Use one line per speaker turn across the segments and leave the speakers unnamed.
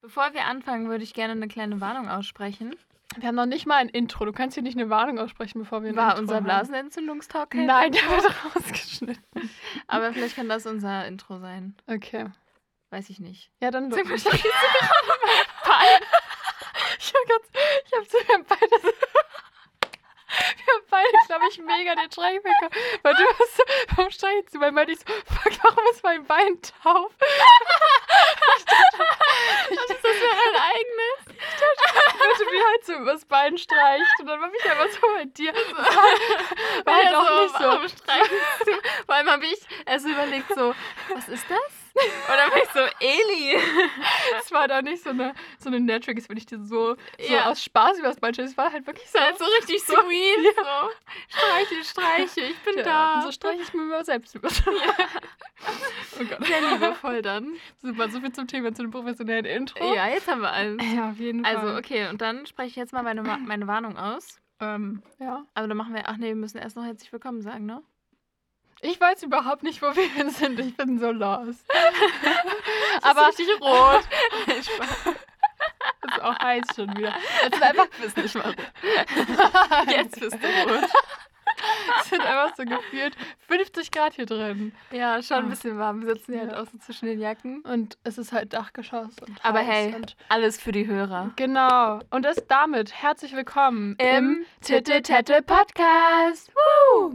Bevor wir anfangen, würde ich gerne eine kleine Warnung aussprechen.
Wir haben noch nicht mal ein Intro. Du kannst hier nicht eine Warnung aussprechen, bevor wir ein
War
Intro
unser
haben.
Blasenentzündungstalk kein
Nein, der
Intro?
wird rausgeschnitten.
Aber vielleicht kann das unser Intro sein.
Okay.
Weiß ich nicht.
Ja, dann
Sag mal,
los. Ich hab wir haben beide, glaube ich, mega den Streich bekommen. Weil du hast so, warum streichelst du? Weil meinte ich so, fuck, warum ist mein Bein taub?
Das ist mein eigenes.
Bitte, wie halt so übers Bein streicht. Und dann war ich aber so bei dir. War halt auch nicht so.
Warum streichelst du? Vor allem habe ich erst überlegt so, was ist das? Und dann war ich so, Eli.
Es war da nicht so eine Nettrick, als wenn ich dir so
Ja.
aus Spaß übers Bein streiche. Es war halt wirklich
Das
so.
ist halt so richtig sweet. So. Streiche, ich bin
Ja,
da.
und so streiche ich mir immer selbst über. Oh Gott.
Sehr liebevoll dann.
Super, so viel zum Thema, zu dem professionellen Intro.
Ja, jetzt haben wir alles.
Ja, auf jeden Fall.
Also, okay, und dann spreche ich jetzt mal meine Warnung aus.
Ja.
Aber dann machen wir, ach nee, wir müssen erst noch herzlich willkommen sagen, ne?
Ich weiß überhaupt nicht, wo wir sind. Ich bin so lost.
Aber richtig rot.
Es ist auch heiß schon wieder. Jetzt sind einfach,
bist nicht mal rot. Jetzt bist du rot.
es sind einfach so gefühlt 50 Grad hier drin.
Ja, schon ein bisschen warm. Wir sitzen hier
Ja.
halt auch so zwischen den Jacken.
Und es ist halt Dachgeschoss. Und
Aber
heiß
hey,
und
alles für die Hörer.
genau. Und das damit herzlich willkommen
Im Titte Podcast. Woo!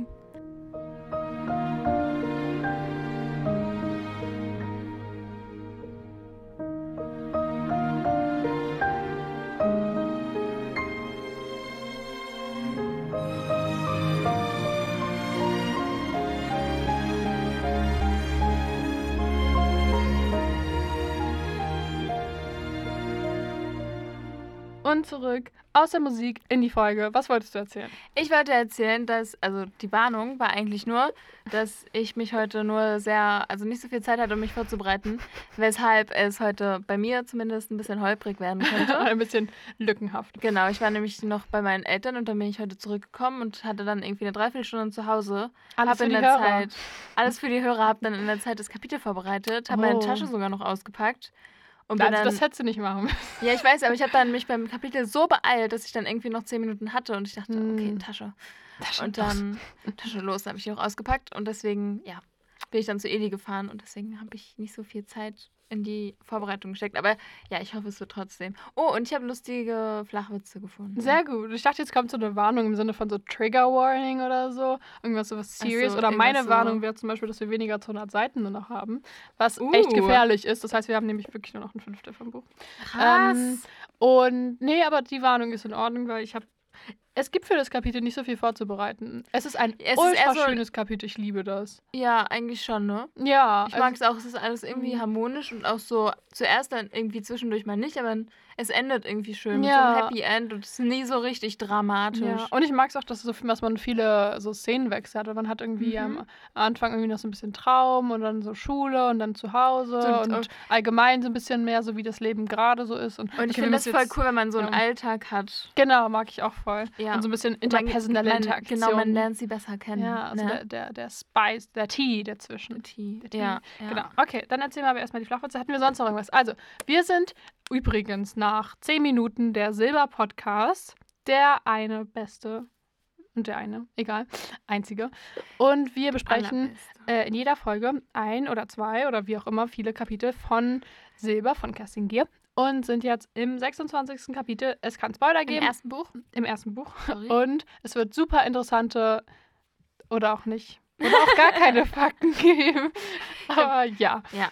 und zurück aus der Musik in die Folge. Was wolltest du erzählen?
Ich wollte erzählen, dass, also die Warnung war eigentlich nur, dass ich mich heute nicht so viel Zeit hatte, um mich vorzubereiten, weshalb es heute bei mir zumindest ein bisschen holprig werden könnte.
Ein bisschen lückenhaft.
Genau, ich war nämlich noch bei meinen Eltern und dann bin ich heute zurückgekommen und hatte dann irgendwie eine Dreiviertelstunde zu Hause.
Alles
Hab in
für die
der
Hörer.
Zeit, alles für die Hörer, habe dann in der Zeit das Kapitel vorbereitet, habe meine
Oh.
Tasche sogar noch ausgepackt. Und bin
Also,
dann,
das hättest du nicht machen müssen.
ja, ich weiß, aber ich habe dann mich beim Kapitel so beeilt, dass ich dann irgendwie noch 10 Minuten hatte und ich dachte, okay, Tasche. Und dann Tasche los, habe ich die auch ausgepackt und deswegen, ja, bin ich dann zu Eli gefahren und deswegen habe ich nicht so viel Zeit in die Vorbereitung gesteckt. Aber ja, ich hoffe, es wird trotzdem. Oh, und ich habe lustige Flachwitze gefunden.
Sehr gut. Ich dachte, jetzt kommt so eine Warnung im Sinne von so Trigger Warning oder so. Irgendwas so was Serious.
so,
Oder
irgendwas
meine
so.
Warnung wäre zum Beispiel, dass wir weniger als 100 Seiten nur noch haben. Was echt gefährlich ist. Das heißt, wir haben nämlich wirklich nur noch ein Fünftel vom Buch.
Krass.
Und nee, aber die Warnung ist in Ordnung, weil es gibt für das Kapitel nicht so viel vorzubereiten. Es ist ein
Es ist
ultra
eher so-
schönes Kapitel. Ich liebe das.
Ja, eigentlich schon, ne?
Ja.
Ich mag es auch, es ist alles irgendwie harmonisch und auch so zuerst dann irgendwie zwischendurch mal nicht, aber es endet irgendwie schön mit so
Ja.
einem Happy End und es ist nie so richtig dramatisch.
Ja, und ich mag es auch, dass man viele so Szenenwechsel hat. Und man hat irgendwie am Anfang irgendwie noch so ein bisschen Traum und dann so Schule und dann zu Hause
So,
und allgemein so ein bisschen mehr so, wie das Leben gerade so ist. Und
Und ich
okay, wir
finde das
müssen
voll
jetzt-
cool, wenn man so einen
ja.
Alltag hat.
Genau, mag ich auch voll.
Ja.
Und so ein bisschen interpersonelle Interaktion.
Genau, man lernt sie besser kennen.
Ja, also
ne?
der Spice, der Tee dazwischen.
Tee.
Der Tee.
Ja,
Genau. Okay, dann erzählen wir aber erstmal die Flachwitze. Hatten wir sonst noch irgendwas? Also, wir sind übrigens nach 10 Minuten der Silber-Podcast, der eine beste und der eine, egal, einzige. Und wir besprechen in jeder Folge ein oder zwei oder wie auch immer viele Kapitel von Silber von Kerstin Gier und sind jetzt im 26. Kapitel. Es kann Spoiler
Im
geben.
ersten Buch?
Im ersten Buch.
Sorry.
Und es wird super interessante oder auch nicht. Oder auch gar keine Fakten geben. Aber ja.
Ja.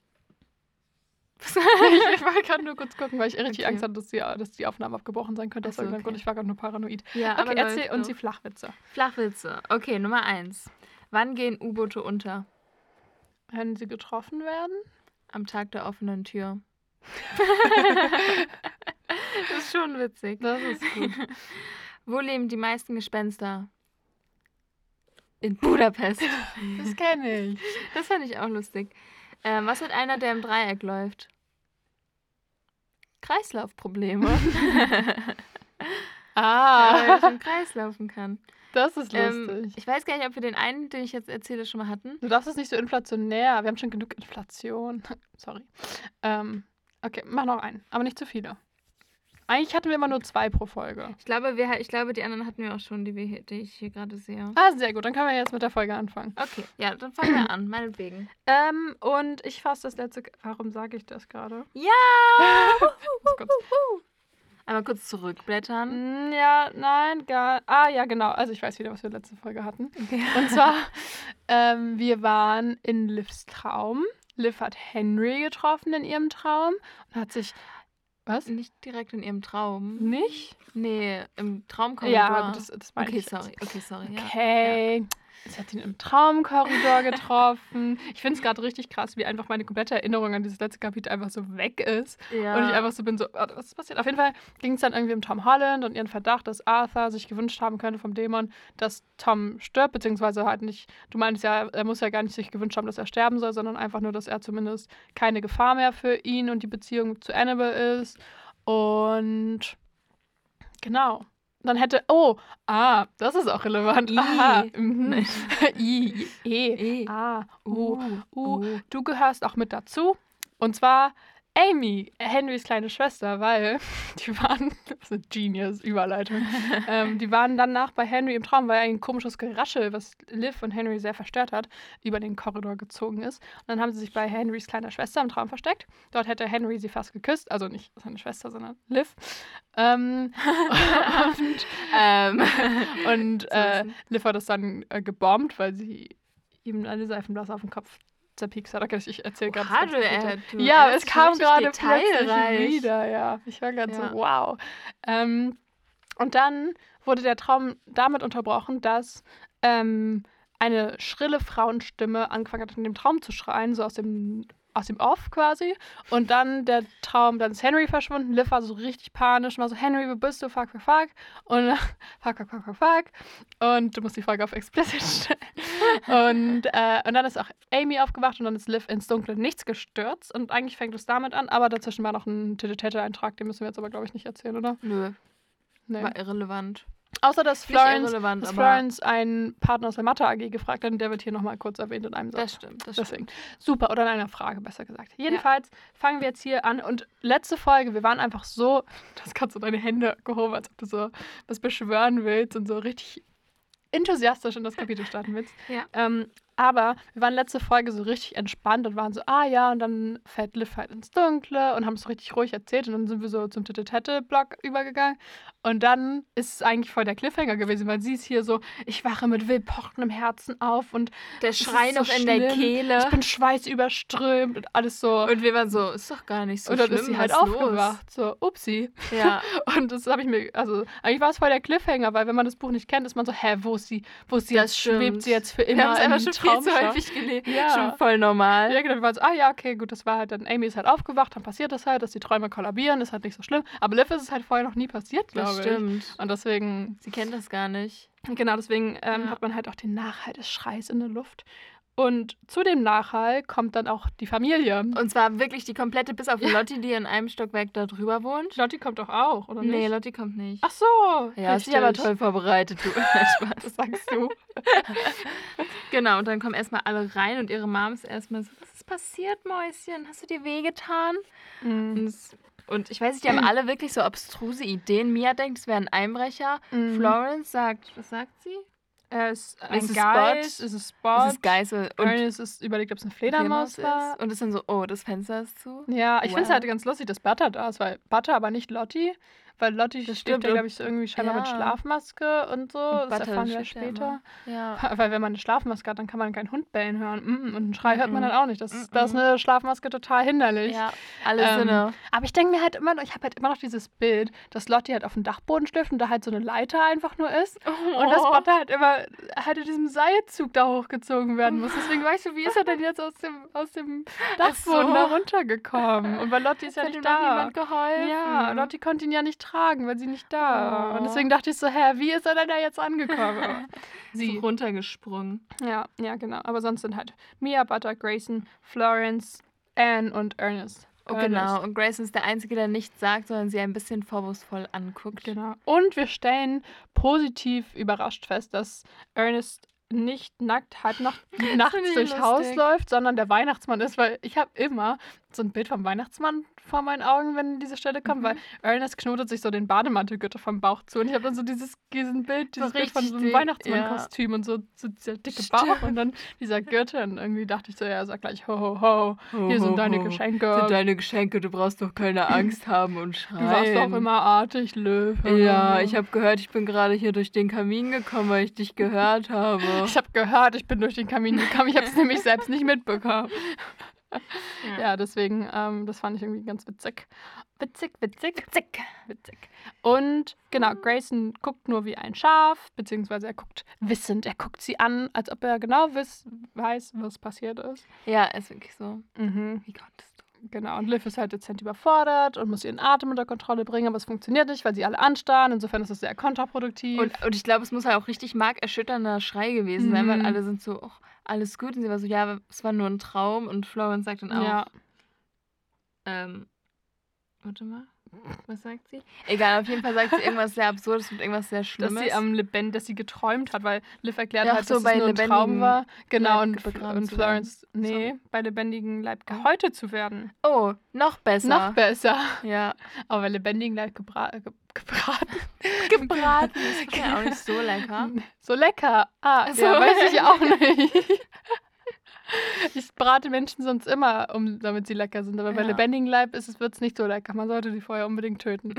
Ich war gerade nur kurz gucken, weil ich richtig
Okay.
Angst hatte, dass die Aufnahme abgebrochen sein könnte. Aus
Ach so,
irgendeinem
okay.
Grund. Ich war gerade nur paranoid.
Ja,
Okay,
aber
erzähl
läuft
uns
noch.
die Flachwitze.
Flachwitze. Okay, Nummer 1. Wann gehen U-Boote unter?
Wenn sie getroffen werden?
Am Tag der offenen Tür. Das ist schon witzig.
Das ist gut.
Wo leben die meisten Gespenster? In Budapest.
Das kenne ich.
Das fand ich auch lustig. Was hat einer, der im Dreieck läuft? Kreislaufprobleme. Weil er nicht im Kreis laufen kann.
Das ist lustig.
Ich weiß gar nicht, ob wir den einen, den ich jetzt erzähle, schon mal hatten.
Du darfst es nicht so inflationär. Wir haben schon genug Inflation. Sorry. Okay, mach noch einen, aber nicht zu viele. Eigentlich hatten wir immer nur 2 pro Folge.
Ich glaube, die anderen hatten wir auch schon, die ich hier gerade sehe.
Ah, sehr gut. Dann können wir jetzt mit der Folge anfangen.
Okay, ja, dann fangen wir an, meinetwegen.
Und ich fasse das letzte... Warum sage ich das gerade?
Ja!
kurz.
Einmal kurz zurückblättern.
Ja, nein, gar... Ah, ja, genau. Also ich weiß wieder, was wir letzte Folge hatten.
Okay.
Und zwar, wir waren in Livs Traum. Liv hat Henry getroffen in ihrem Traum und hat sich... Was?
Nicht direkt in ihrem Traum.
Nicht?
Nee, im Traumkorridor.
Ja, das meine ich.
Okay, sorry.
Okay. Sie hat ihn im Traumkorridor getroffen. Ich finde es gerade richtig krass, wie einfach meine komplette Erinnerung an dieses letzte Kapitel einfach so weg ist.
Ja.
Und ich einfach so bin so, oh, was ist passiert? Auf jeden Fall ging es dann irgendwie um Tom Holland und ihren Verdacht, dass Arthur sich gewünscht haben könnte vom Dämon, dass Tom stirbt, beziehungsweise halt nicht, du meinst ja, er muss ja gar nicht sich gewünscht haben, dass er sterben soll, sondern einfach nur, dass er zumindest keine Gefahr mehr für ihn und die Beziehung zu Annabelle ist. Und genau. Dann hätte, das ist auch relevant. Aha.
Nee.
Du gehörst auch mit dazu. Und zwar Amy, Henrys kleine Schwester, weil die waren, das ist eine Genius-Überleitung, die waren danach bei Henry im Traum, weil ein komisches Geraschel, was Liv und Henry sehr verstört hat, über den Korridor gezogen ist. Und dann haben sie sich bei Henrys kleiner Schwester im Traum versteckt. Dort hätte Henry sie fast geküsst, also nicht seine Schwester, sondern Liv. Liv hat das dann gebombt, weil sie ihm eine Seifenblase auf den Kopf zerpiekst hat. Okay, ich erzähle gerade. Ja, es kam gerade plötzlich wieder. Ja, ich war gerade so, wow. Und dann wurde der Traum damit unterbrochen, dass eine schrille Frauenstimme angefangen hat, in dem Traum zu schreien, so aus dem Off quasi. Und dann dann ist Henry verschwunden. Liv war so richtig panisch und war so, Henry, wo bist du? Fuck. Und fuck. Und du musst die Folge auf explicit stellen. Und dann ist auch Amy aufgewacht und dann ist Liv ins dunkle Nichts gestürzt. Und eigentlich fängt es damit an, aber dazwischen war noch ein Tete-Tete-Eintrag, den müssen wir jetzt aber, glaube ich, nicht erzählen, oder?
Nö. Nee. War irrelevant.
Außer, dass Florence einen Partner aus der Mathe-AG gefragt hat und der wird hier nochmal kurz erwähnt in einem Satz.
Das stimmt.
Deswegen. Super, oder in einer Frage, besser gesagt. Jedenfalls fangen wir jetzt hier an und letzte Folge, wir waren einfach so, du hast gerade so deine Hände gehoben, als ob du so was beschwören willst und so richtig enthusiastisch in das Kapitel starten willst.
Ja.
Aber wir waren letzte Folge so richtig entspannt und waren so, und dann fällt Liv halt ins Dunkle und haben es so richtig ruhig erzählt und dann sind wir so zum Tete-Tete-Block übergegangen und dann ist es eigentlich voll der Cliffhanger gewesen, weil sie ist hier so, ich wache mit wild pochendem Herzen auf und
der Schrei noch in der Kehle.
Ich bin schweißüberströmt und alles so.
Und wir waren so, ist doch gar nicht so
schlimm. Und dann ist sie halt aufgewacht, so, upsi.
Ja.
Und das habe ich mir, also eigentlich war es voll der Cliffhanger, weil wenn man das Buch nicht kennt, ist man so, wo ist sie jetzt, schwebt sie jetzt für immer in den Traum.
Viel zu häufig gelesen. Ja. Schon voll normal.
Ja, genau. Wir waren so, okay, gut, das war halt dann, Amy ist halt aufgewacht, dann passiert das halt, dass die Träume kollabieren, ist halt nicht so schlimm. Aber Liv ist es halt vorher noch nie passiert, glaube ich.
Das stimmt.
Und deswegen...
Sie kennt das gar nicht.
Genau, deswegen hat man halt auch den Nachhall des Schreis in der Luft. Und zu dem Nachhall kommt dann auch die Familie.
Und zwar wirklich die komplette, bis auf Lotti, die in einem Stockwerk da drüber wohnt.
Lotti kommt doch auch, oder nicht?
Nee, Lotti kommt nicht.
Ach so.
Ja, ist ja aber toll vorbereitet, du.
Spaß, das sagst du.
Genau, und dann kommen erstmal alle rein und ihre Mom ist erstmal so, was ist passiert, Mäuschen? Hast du dir wehgetan? Und ich weiß nicht, die haben alle wirklich so abstruse Ideen. Mia denkt, es wäre ein Einbrecher. Florence sagt, was sagt sie?
Es ist ein Geist, es ist Spot.
Es ist Geist. Und
Ernest ist überlegt, ob es eine Fledermaus war.
Und ist dann so, das Fenster ist zu.
Ja, ich finde es halt ganz lustig, dass Butter da ist, weil Butter, aber nicht Lotti. Weil Lotti steht da, glaube ich, so irgendwie scheinbar mit Schlafmaske und so. Und das erfahren wir später.
Ja.
Weil wenn man eine Schlafmaske hat, dann kann man keinen Hund bellen hören. Und einen Schrei hört man dann auch nicht. Das ist eine Schlafmaske total hinderlich.
Ja, alle Sinne.
Aber ich denke mir halt immer noch, ich habe halt immer noch dieses Bild, dass Lotti halt auf dem Dachboden schläft und da halt so eine Leiter einfach nur ist. Und dass Butter halt immer halt in diesem Seilzug da hochgezogen werden muss. Deswegen weißt du, wie ist er denn jetzt aus dem Dachboden da runtergekommen? Und weil Lotti ist ja nicht da.
Hat niemand geholfen.
Ja, Lotti konnte ihn ja nicht tragen, weil sie nicht da war. Und deswegen dachte ich so, wie ist er denn da jetzt angekommen?
Sie so runtergesprungen.
Ja, genau. Aber sonst sind halt Mia, Butter, Grayson, Florence, Anne und Ernest.
Genau. Und Grayson ist der Einzige, der nichts sagt, sondern sie ein bisschen vorwurfsvoll anguckt.
Genau. Und wir stellen positiv überrascht fest, dass Ernest nicht nackt halt noch nachts durchs Haus läuft, sondern der Weihnachtsmann ist, weil ich habe immer so ein Bild vom Weihnachtsmann vor meinen Augen, wenn diese Stelle kommt, weil Ernest knotet sich so den Bademantelgürtel vom Bauch zu und ich habe dann so dieses Bild von so einem Weihnachtsmann-Kostüm und so dieser dicke Bauch und dann dieser Gürtel und irgendwie dachte ich so, ja, sag gleich, ho, ho, ho, hier sind deine Geschenke.
Sind deine Geschenke, du brauchst doch keine Angst haben und schreien.
Du warst doch immer artig, Liv.
Ja, ich habe gehört, ich bin gerade hier durch den Kamin gekommen, weil ich dich gehört habe.
Ich habe gehört, ich bin durch den Kamin gekommen, ich habe es nämlich selbst nicht mitbekommen. Ja, deswegen, das fand ich irgendwie ganz witzig. Witzig. Und genau, Grayson guckt nur wie ein Schaf, beziehungsweise er guckt wissend, er guckt sie an, als ob er genau weiß, was passiert ist.
Ja, ist wirklich so.
Wie konntest du? Genau, und Liv ist halt dezent überfordert und muss ihren Atem unter Kontrolle bringen, aber es funktioniert nicht, weil sie alle anstarren. Insofern ist es sehr kontraproduktiv.
Und ich glaube, es muss halt auch richtig markerschütternder Schrei gewesen sein, weil alle sind so, alles gut. Und sie war so, ja, es war nur ein Traum. Und Florence sagt dann auch, warte mal, was sagt sie? Egal, auf jeden Fall sagt sie irgendwas sehr Absurdes und irgendwas sehr Schlimmes.
Dass sie geträumt hat, weil Liv erklärt halt, dass es nur ein Traum war. Genau, und Florence, bei lebendigem Leib gehäutet zu werden.
Oh, noch besser.
Ja. Aber bei lebendigem Leib gebraten.
Gebraten ist ja auch nicht so lecker.
So lecker? Ja, weiß ich auch nicht. Ich brate Menschen sonst immer, damit sie lecker sind. Aber bei lebendigem Leib wird es nicht so lecker. Man sollte sie vorher unbedingt töten.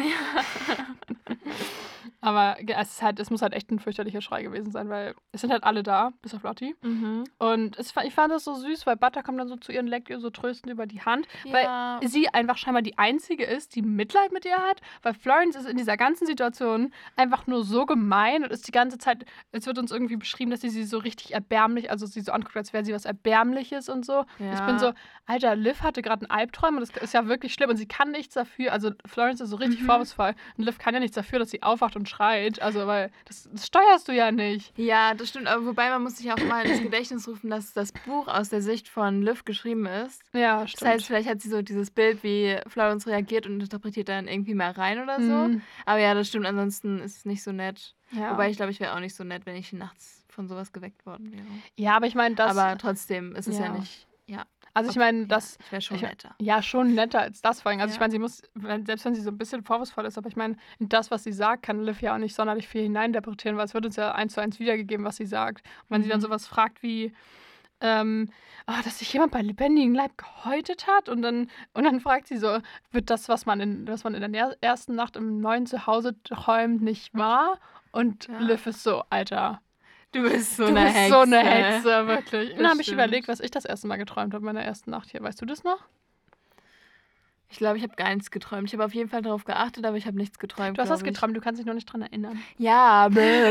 Aber es muss halt echt ein fürchterlicher Schrei gewesen sein, weil es sind halt alle da, bis auf Lottie. Und ich fand das so süß, weil Butter kommt dann so zu ihr und leckt ihr so tröstend über die Hand, weil sie einfach scheinbar die Einzige ist, die Mitleid mit ihr hat, weil Florence ist in dieser ganzen Situation einfach nur so gemein und ist die ganze Zeit, es wird uns irgendwie beschrieben, dass sie so richtig erbärmlich, also sie so anguckt, als wäre sie was Erbärmliches und so. Ja. Ich bin so, Alter, Liv hatte gerade einen Albtraum und das ist ja wirklich schlimm und sie kann nichts dafür, also Florence ist so richtig vorwurfsvoll und Liv kann ja nichts dafür, dass sie aufwacht und schreit, also weil das steuerst du ja nicht.
Ja, das stimmt, aber wobei man muss sich auch mal ins Gedächtnis rufen, dass das Buch aus der Sicht von Liv geschrieben ist.
Ja, stimmt.
Das heißt, vielleicht hat sie so dieses Bild, wie Florence reagiert und interpretiert dann irgendwie mal rein oder so. Aber ja, das stimmt, ansonsten ist es nicht so nett. Ja. Wobei ich glaube, ich wäre auch nicht so nett, wenn ich nachts von sowas geweckt worden wäre.
Ja, aber ich meine, das...
Aber trotzdem ist es ja nicht... Ja.
Also ich meine, das...
Ich wäre schon netter.
Ja, schon netter als das vor allem. Also ich meine, sie muss, selbst wenn sie so ein bisschen vorwurfsvoll ist, aber ich meine, in das, was sie sagt, kann Liv ja auch nicht sonderlich viel hineininterpretieren, weil es wird uns ja 1:1 wiedergegeben, was sie sagt. Und wenn sie dann sowas fragt wie, dass sich jemand bei lebendigem Leib gehäutet hat und dann fragt sie so, wird das, was man in der ersten Nacht im neuen Zuhause träumt, nicht wahr? Und Liv ist so, Alter...
Du bist so eine Hexe,
wirklich. Dann habe ich überlegt, was ich das erste Mal geträumt habe in meiner ersten Nacht hier. Weißt du das noch?
Ich glaube, ich habe gar nichts geträumt. Ich habe auf jeden Fall darauf geachtet, aber ich habe nichts geträumt.
Du hast was geträumt, du kannst dich nur nicht dran erinnern.
Ja.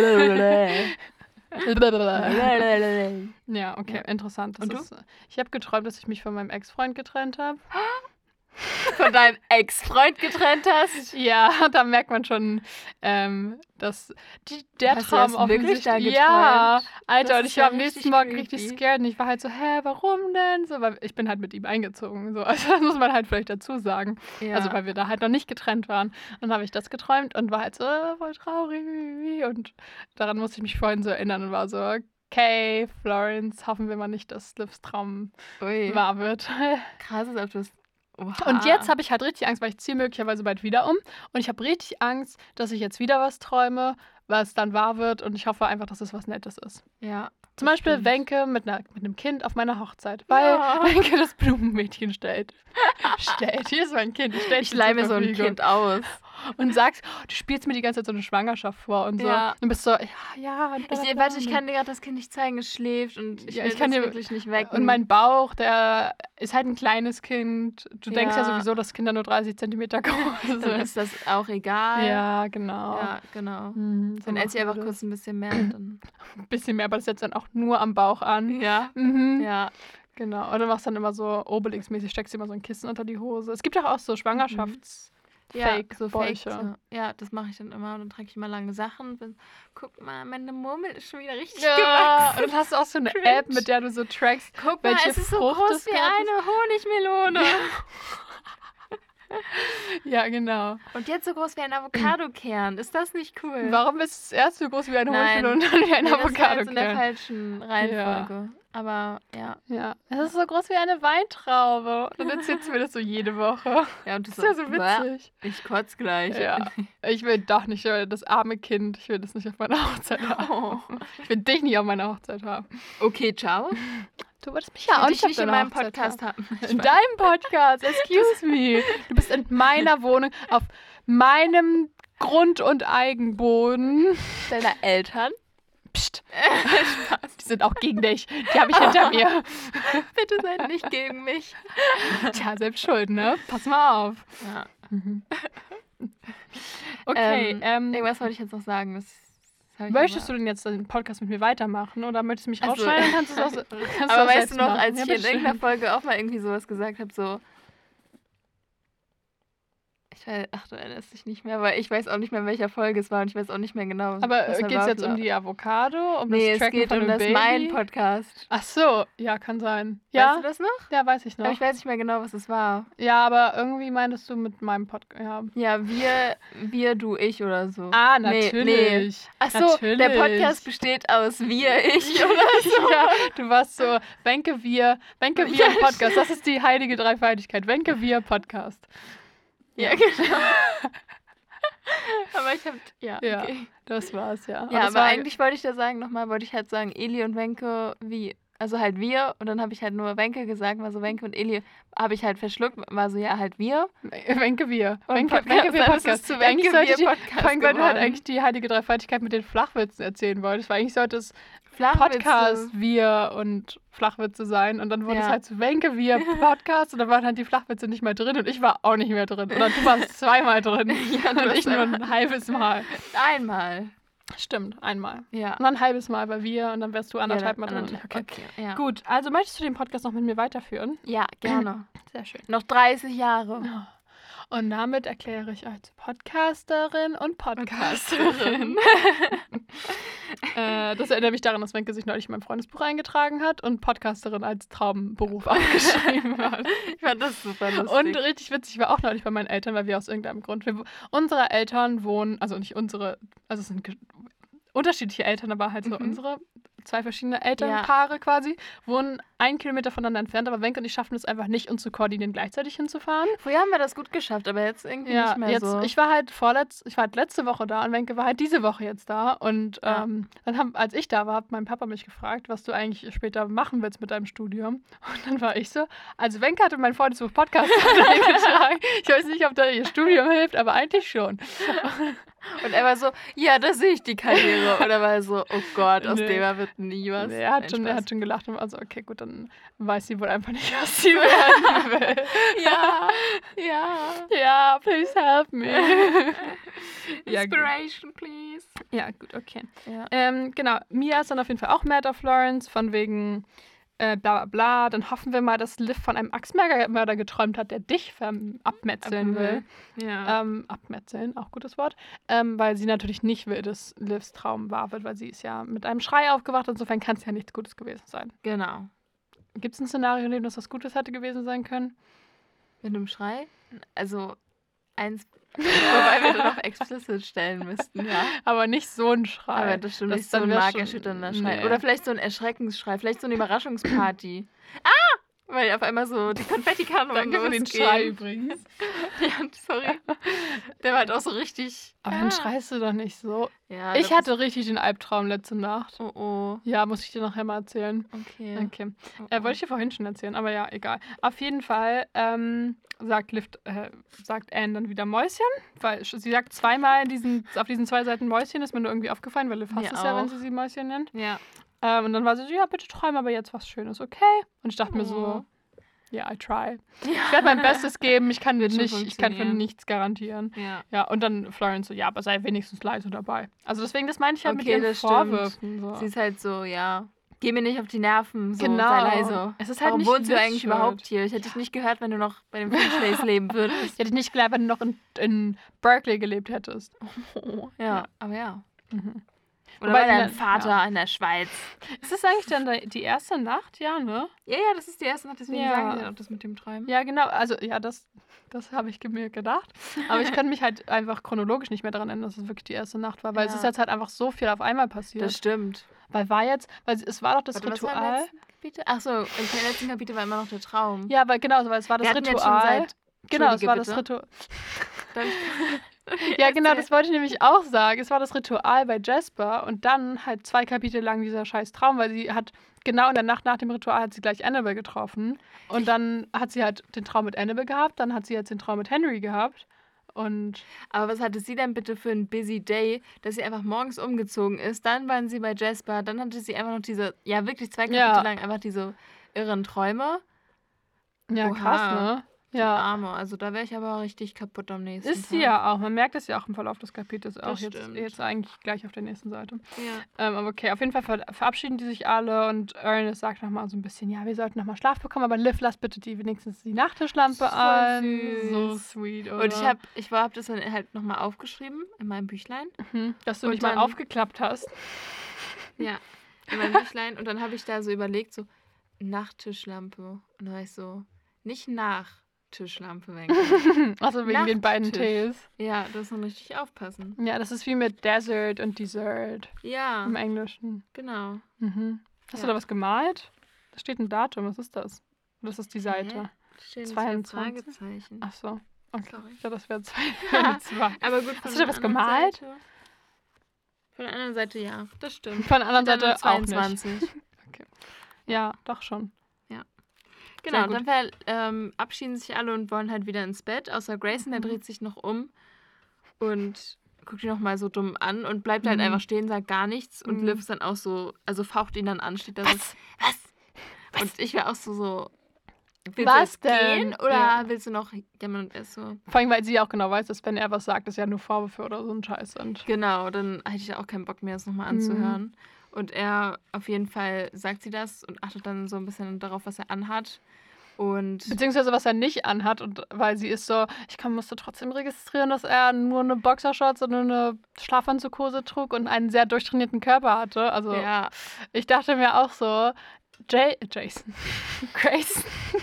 Ja, okay, interessant. Und du? Ich habe geträumt, dass ich mich von meinem Ex-Freund getrennt habe.
Von deinem Ex-Freund getrennt hast?
Ja, da merkt man schon, dass der
hast
Traum
du wirklich da geträumt?
Ja, Alter, und ich war am nächsten Morgen
creepy.
richtig scared und ich war halt so, warum denn? So, weil ich bin halt mit ihm eingezogen, so, also das muss man halt vielleicht dazu sagen. Ja. Also weil wir da halt noch nicht getrennt waren. Dann habe ich das geträumt und war halt so, voll traurig und daran musste ich mich vorhin so erinnern und war so, okay, Florence, hoffen wir mal nicht, dass Livs Traum wahr wird.
Krass, als ob du es... Oha.
Und jetzt habe ich halt richtig Angst, weil ich ziehe möglicherweise bald wieder um. Und ich habe richtig Angst, dass ich jetzt wieder was träume, was dann wahr wird. Und ich hoffe einfach, dass es was Nettes ist.
Ja.
Zum Beispiel stimmt. Wenke mit einem Kind auf meiner Hochzeit, weil Wenke das Blumenmädchen stellt. Hier ist mein Kind.
Ich leih mir so ein Kind aus.
Und sagst, du spielst mir die ganze Zeit so eine Schwangerschaft vor und so. Ja. Und bist so, ja.
Ich kann dir gerade das Kind nicht zeigen, es schläft und ich kann dir wirklich nicht weg.
Und mein Bauch, der ist halt ein kleines Kind. Du denkst ja sowieso, dass Kinder nur 30 Zentimeter groß sind.
Dann ist das auch egal.
Ja, genau.
Ja, genau. Dann esse ich einfach kurz ein bisschen mehr. Dann
ein bisschen mehr, aber das setzt dann auch nur am Bauch an.
Ja.
Ja. Genau. Und dann machst du dann immer so Obelix-mäßig, steckst dir immer so ein Kissen unter die Hose. Es gibt auch so Schwangerschafts- Fake-Bäuche.
Ja, das mache ich dann immer. Und dann trage ich immer lange Sachen. Guck mal, meine Murmel ist schon wieder richtig gewachsen.
Und dann hast du auch so eine App, mit der du so trackst,
guck mal, es ist so groß wie eine Honigmelone.
Ja, genau.
Und jetzt so groß wie ein Avocadokern. Ist das nicht cool?
Warum ist es erst so groß wie ein
Nein.
Honigmelone und dann wie ein
Das war jetzt in der
Avocado-Kern?
falschen Reihenfolge. Aber ja.
Ja, es ist so groß wie eine Weintraube. Und dann erzählst du mir das so jede Woche.
Ja, und
Das ist ja so witzig.
Ich kotz gleich.
Ja. Ich will doch nicht, das arme Kind, ich will das nicht auf meiner Hochzeit haben.
Oh.
Ich will dich nicht auf meiner Hochzeit haben.
Okay, ciao.
Du wolltest mich
Ich
ja auch
will
nicht
dich nicht
auf
in
deiner
meinem
Hochzeit
Podcast
haben.
haben.
In deinem Podcast, excuse me. Du bist in meiner Wohnung, auf meinem Grund- und Eigenboden.
Deiner Eltern?
Psst. Die sind auch gegen dich. Die habe ich hinter mir.
Bitte seid nicht gegen mich.
Tja, selbst schuld, ne? Pass mal auf.
Ja.
Okay,
Irgendwas wollte ich jetzt noch sagen.
möchtest du denn jetzt den Podcast mit mir weitermachen oder möchtest du mich
Also-
rausschneiden? Dann kannst du es auch
Aber weißt
selbst
du noch,
machen.
als
Ja,
ich in
bestimmt.
irgendeiner Folge auch mal irgendwie sowas gesagt habe, so. Du erinnerst dich nicht mehr, aber ich weiß auch nicht mehr, in welcher Folge es war und ich weiß auch nicht mehr genau.
Aber
was da
geht es
war.
jetzt um die Avocado? Um
Nee,
das
es
Tracken
geht
von
um
dem
das
Baby?
Mein Podcast.
Ach so, ja, kann sein.
Weißt
Ja,
du das noch?
ja, weiß ich noch.
Aber ich weiß nicht mehr genau, was es war.
Ja, aber irgendwie meintest du mit meinem Podcast. Ja.
Ja, wir, du, ich oder so.
Ah,
Nee,
natürlich.
Ach so,
Natürlich.
der Podcast besteht aus wir, ich oder so.
Ja, du warst so, Wenke, wir Podcast. Das ist die heilige Dreifaltigkeit. Wenke, wir Podcast.
Ja, genau. Aber ich hab, ja,
Ja,
okay.
das war's, ja.
Ja,
das
aber
war,
eigentlich wollte ich halt sagen, Eli und Wenke, wie, also halt wir. Und dann habe ich halt nur Wenke gesagt, war so Wenke und Eli habe ich halt verschluckt, war so, ja, halt wir.
Wenke, wir.
Und
Wenke,
Podcast,
wir
dann ist es
Podcast.
zu
Eigentlich
Wenke,
sollte
wir
die,
Podcast
vor allem, weil du halt
geworden.
eigentlich die heilige Dreifaltigkeit mit den Flachwitzen erzählen wolltest, weil eigentlich sollte es
Flachwitze.
Podcast, wir und Flachwitze sein. Und dann wurde es
Ja.
halt zu Wenke, wir Podcast und dann waren halt die Flachwitze nicht mehr drin und ich war auch nicht mehr drin. Oder du warst zweimal drin
Ja, du
und
hast
ich nur ein halbes Mal.
Einmal.
Stimmt, einmal.
Ja.
Und dann ein halbes Mal bei wir und dann wärst du anderthalb Mal drin. Okay.
Ja.
Gut, also möchtest du den Podcast noch mit mir weiterführen?
Ja, gerne.
Sehr schön.
Noch 30 Jahre.
Und damit erkläre ich als Podcasterin und Podcasterin. Das erinnert mich daran, dass Wenke sich neulich in mein Freundesbuch eingetragen hat und Podcasterin als Traumberuf aufgeschrieben hat.
Ich fand das super lustig.
Und richtig witzig, ich war auch neulich bei meinen Eltern, weil wir aus irgendeinem Grund, unsere Eltern wohnen, also nicht unsere, also es sind unterschiedliche Eltern, aber halt so unsere zwei verschiedene Elternpaare quasi, wohnen 1 Kilometer voneinander entfernt, aber Wenke und ich schaffen es einfach nicht, uns zu koordinieren, gleichzeitig hinzufahren.
Früher haben wir das gut geschafft, aber jetzt irgendwie nicht mehr
jetzt,
so.
ich war halt letzte Woche da und Wenke war halt diese Woche jetzt da. Und dann als ich da war, hat mein Papa mich gefragt, was du eigentlich später machen willst mit deinem Studium. Und dann war ich so, also Wenke hatte mein Freundesbuch Podcast eingetragen. Ich weiß nicht, ob da ihr Studium hilft, aber eigentlich schon.
Und er war so, ja, da sehe ich die Karriere. Oder war er so, oh Gott, aus
Nee.
dem wird nie was.
Er hat
Nein,
schon gelacht und war so, okay, gut, dann weiß sie wohl einfach nicht, was sie werden will.
Ja, ja.
Ja, please help me. Ja, gut.
Inspiration, please.
Ja, gut, okay.
Ja.
Genau, Mia ist dann auf jeden Fall auch mad auf Lawrence, von wegen bla bla bla. Dann hoffen wir mal, dass Liv von einem Axtmörder geträumt hat, der dich abmetzeln will.
Ja.
Abmetzeln, auch gutes Wort. Weil sie natürlich nicht will, dass Livs Traum wahr wird, weil sie ist ja mit einem Schrei aufgewacht. Insofern kann es ja nichts Gutes gewesen sein.
Genau.
Gibt es ein Szenario, in dem das was Gutes hätte gewesen sein können?
Mit einem Schrei? Also, eins, wobei wir dann noch explicit stellen müssten, ja.
Aber nicht so ein Schrei.
Aber das stimmt nicht so
dann
ein
wär's
markerschütternder
schon-
Schrei.
nee.
Oder vielleicht so ein Erschreckensschrei, vielleicht so eine Überraschungsparty. Weil auf einmal so die Konfettikanonen
Danke für den
losgehen.
Schrei übrigens.
Ja, sorry. Der war halt auch so richtig...
Aber dann schreist du doch nicht so.
Ja,
Ich
das
hatte richtig den Albtraum letzte Nacht.
ist, oh,
Ja, muss ich dir nachher mal erzählen.
okay.
Okay.
Oh,
Wollte ich dir vorhin schon erzählen, aber ja, egal. Auf jeden Fall sagt Anne dann wieder Mäuschen, weil sie sagt zweimal auf diesen 2 Seiten Mäuschen, ist mir nur irgendwie aufgefallen, weil Liv hasst
Mir
es ja, wenn
auch.
sie Mäuschen nennt.
Ja.
Und dann war sie so, ja, bitte träum aber jetzt was Schönes, okay? Und ich dachte mir so, ja, I try. Ich werde mein Bestes geben, ich kann
Wird schon
für
funktionieren.
nichts garantieren.
Ja.
Ja, und dann Florence so, ja, aber sei wenigstens leise dabei. Also deswegen, das meine ich halt mit
Okay,
ihren
das stimmt.
Vorwürfen. So.
Sie ist halt so, ja, geh mir nicht auf die Nerven, so,
Genau.
sei leise.
Es ist halt
Warum
nicht
wohnst du
Livs
eigentlich
Schuld.
überhaupt hier? Ich hätte dich nicht gehört, wenn du noch bei den Finchlays leben würdest.
Ich hätte nicht geglaubt, wenn du noch in Berkeley gelebt hättest.
Ja, aber ja.
Mhm.
Oder bei deinem Vater in der Schweiz.
Ist das eigentlich dann die erste Nacht? Ja, ne?
Ja, das ist die erste Nacht, deswegen sagen sie auch das mit dem Träumen.
Ja, genau. Also, ja, das habe ich mir gedacht. Aber ich kann mich halt einfach chronologisch nicht mehr daran erinnern, dass es wirklich die erste Nacht war. Weil es ist jetzt halt einfach so viel auf einmal passiert.
Das stimmt.
Weil es war doch das Ritual.
Was war im letzten Kapitel? Achso, im letzten Kapitel war immer noch der Traum.
Ja, weil es war das Ritual. Es war das Ritual. Ja, genau, das wollte ich nämlich auch sagen. Es war das Ritual bei Jasper und dann halt 2 Kapitel lang dieser scheiß Traum, weil sie hat genau in der Nacht nach dem Ritual hat sie gleich Annabelle getroffen und dann hat sie halt den Traum mit Annabelle gehabt, dann hat sie jetzt den Traum mit Henry gehabt und...
Aber was hatte sie denn bitte für einen busy Day, dass sie einfach morgens umgezogen ist, dann waren sie bei Jasper, dann hatte sie einfach noch diese, ja wirklich 2 Kapitel lang einfach diese irren Träume.
Ja, krass, ne?
Ja. Arme, also da wäre ich aber richtig kaputt am nächsten Tag.
Ist sie ja auch. Man merkt es ja auch im Verlauf des Kapitels auch. Jetzt eigentlich gleich auf der nächsten Seite.
Ja.
Aber okay, auf jeden Fall verabschieden die sich alle und Ernest sagt nochmal so ein bisschen, ja, wir sollten nochmal Schlaf bekommen, aber Liv, lass bitte wenigstens die Nachttischlampe an.
Süß.
So sweet, oder?
Und ich hab das dann halt nochmal aufgeschrieben in meinem Büchlein.
Dass du nicht mal aufgeklappt hast.
Ja, in meinem Büchlein. Und dann habe ich da so überlegt, so, Nachttischlampe. Und dann war ich so, nicht Tischlampe weg.
Also wegen den beiden Ts.
Ja, das muss man richtig aufpassen.
Ja, das ist wie mit Desert und Dessert.
Ja.
Im Englischen.
Genau.
Hast du da was gemalt? Da steht ein Datum. Was ist das? Das ist die Seite.
Stehen
22.
Fragezeichen.
Ach so. Okay.
Sorry.
Ja, das wäre 2.
Aber gut,
hast du da was gemalt?
Seite, von der anderen Seite ja. Das stimmt.
Von der anderen Seite
22.
Auch nicht. Okay. Ja, doch schon.
Genau, dann verabschieden sich alle und wollen halt wieder ins Bett, außer Grayson, der dreht sich noch um und guckt ihn nochmal so dumm an und bleibt halt einfach stehen, sagt gar nichts und Liv ist dann auch so, also faucht ihn dann an, steht da so, was? Und ich wäre auch so, willst du jetzt gehen oder willst du noch jammern und so?
Vor allem, weil sie auch genau weiß, dass wenn er was sagt, das ja nur Vorwürfe oder so ein Scheiß sind.
Genau, dann hätte ich auch keinen Bock mehr, das nochmal anzuhören. Und er, auf jeden Fall sagt sie das und achtet dann so ein bisschen darauf, was er anhat.
Beziehungsweise was er nicht anhat, und weil sie ist so, musste trotzdem registrieren, dass er nur eine Boxershorts und eine Schlafanzughose trug und einen sehr durchtrainierten Körper hatte. Also ich dachte mir auch so, Jason. Grayson.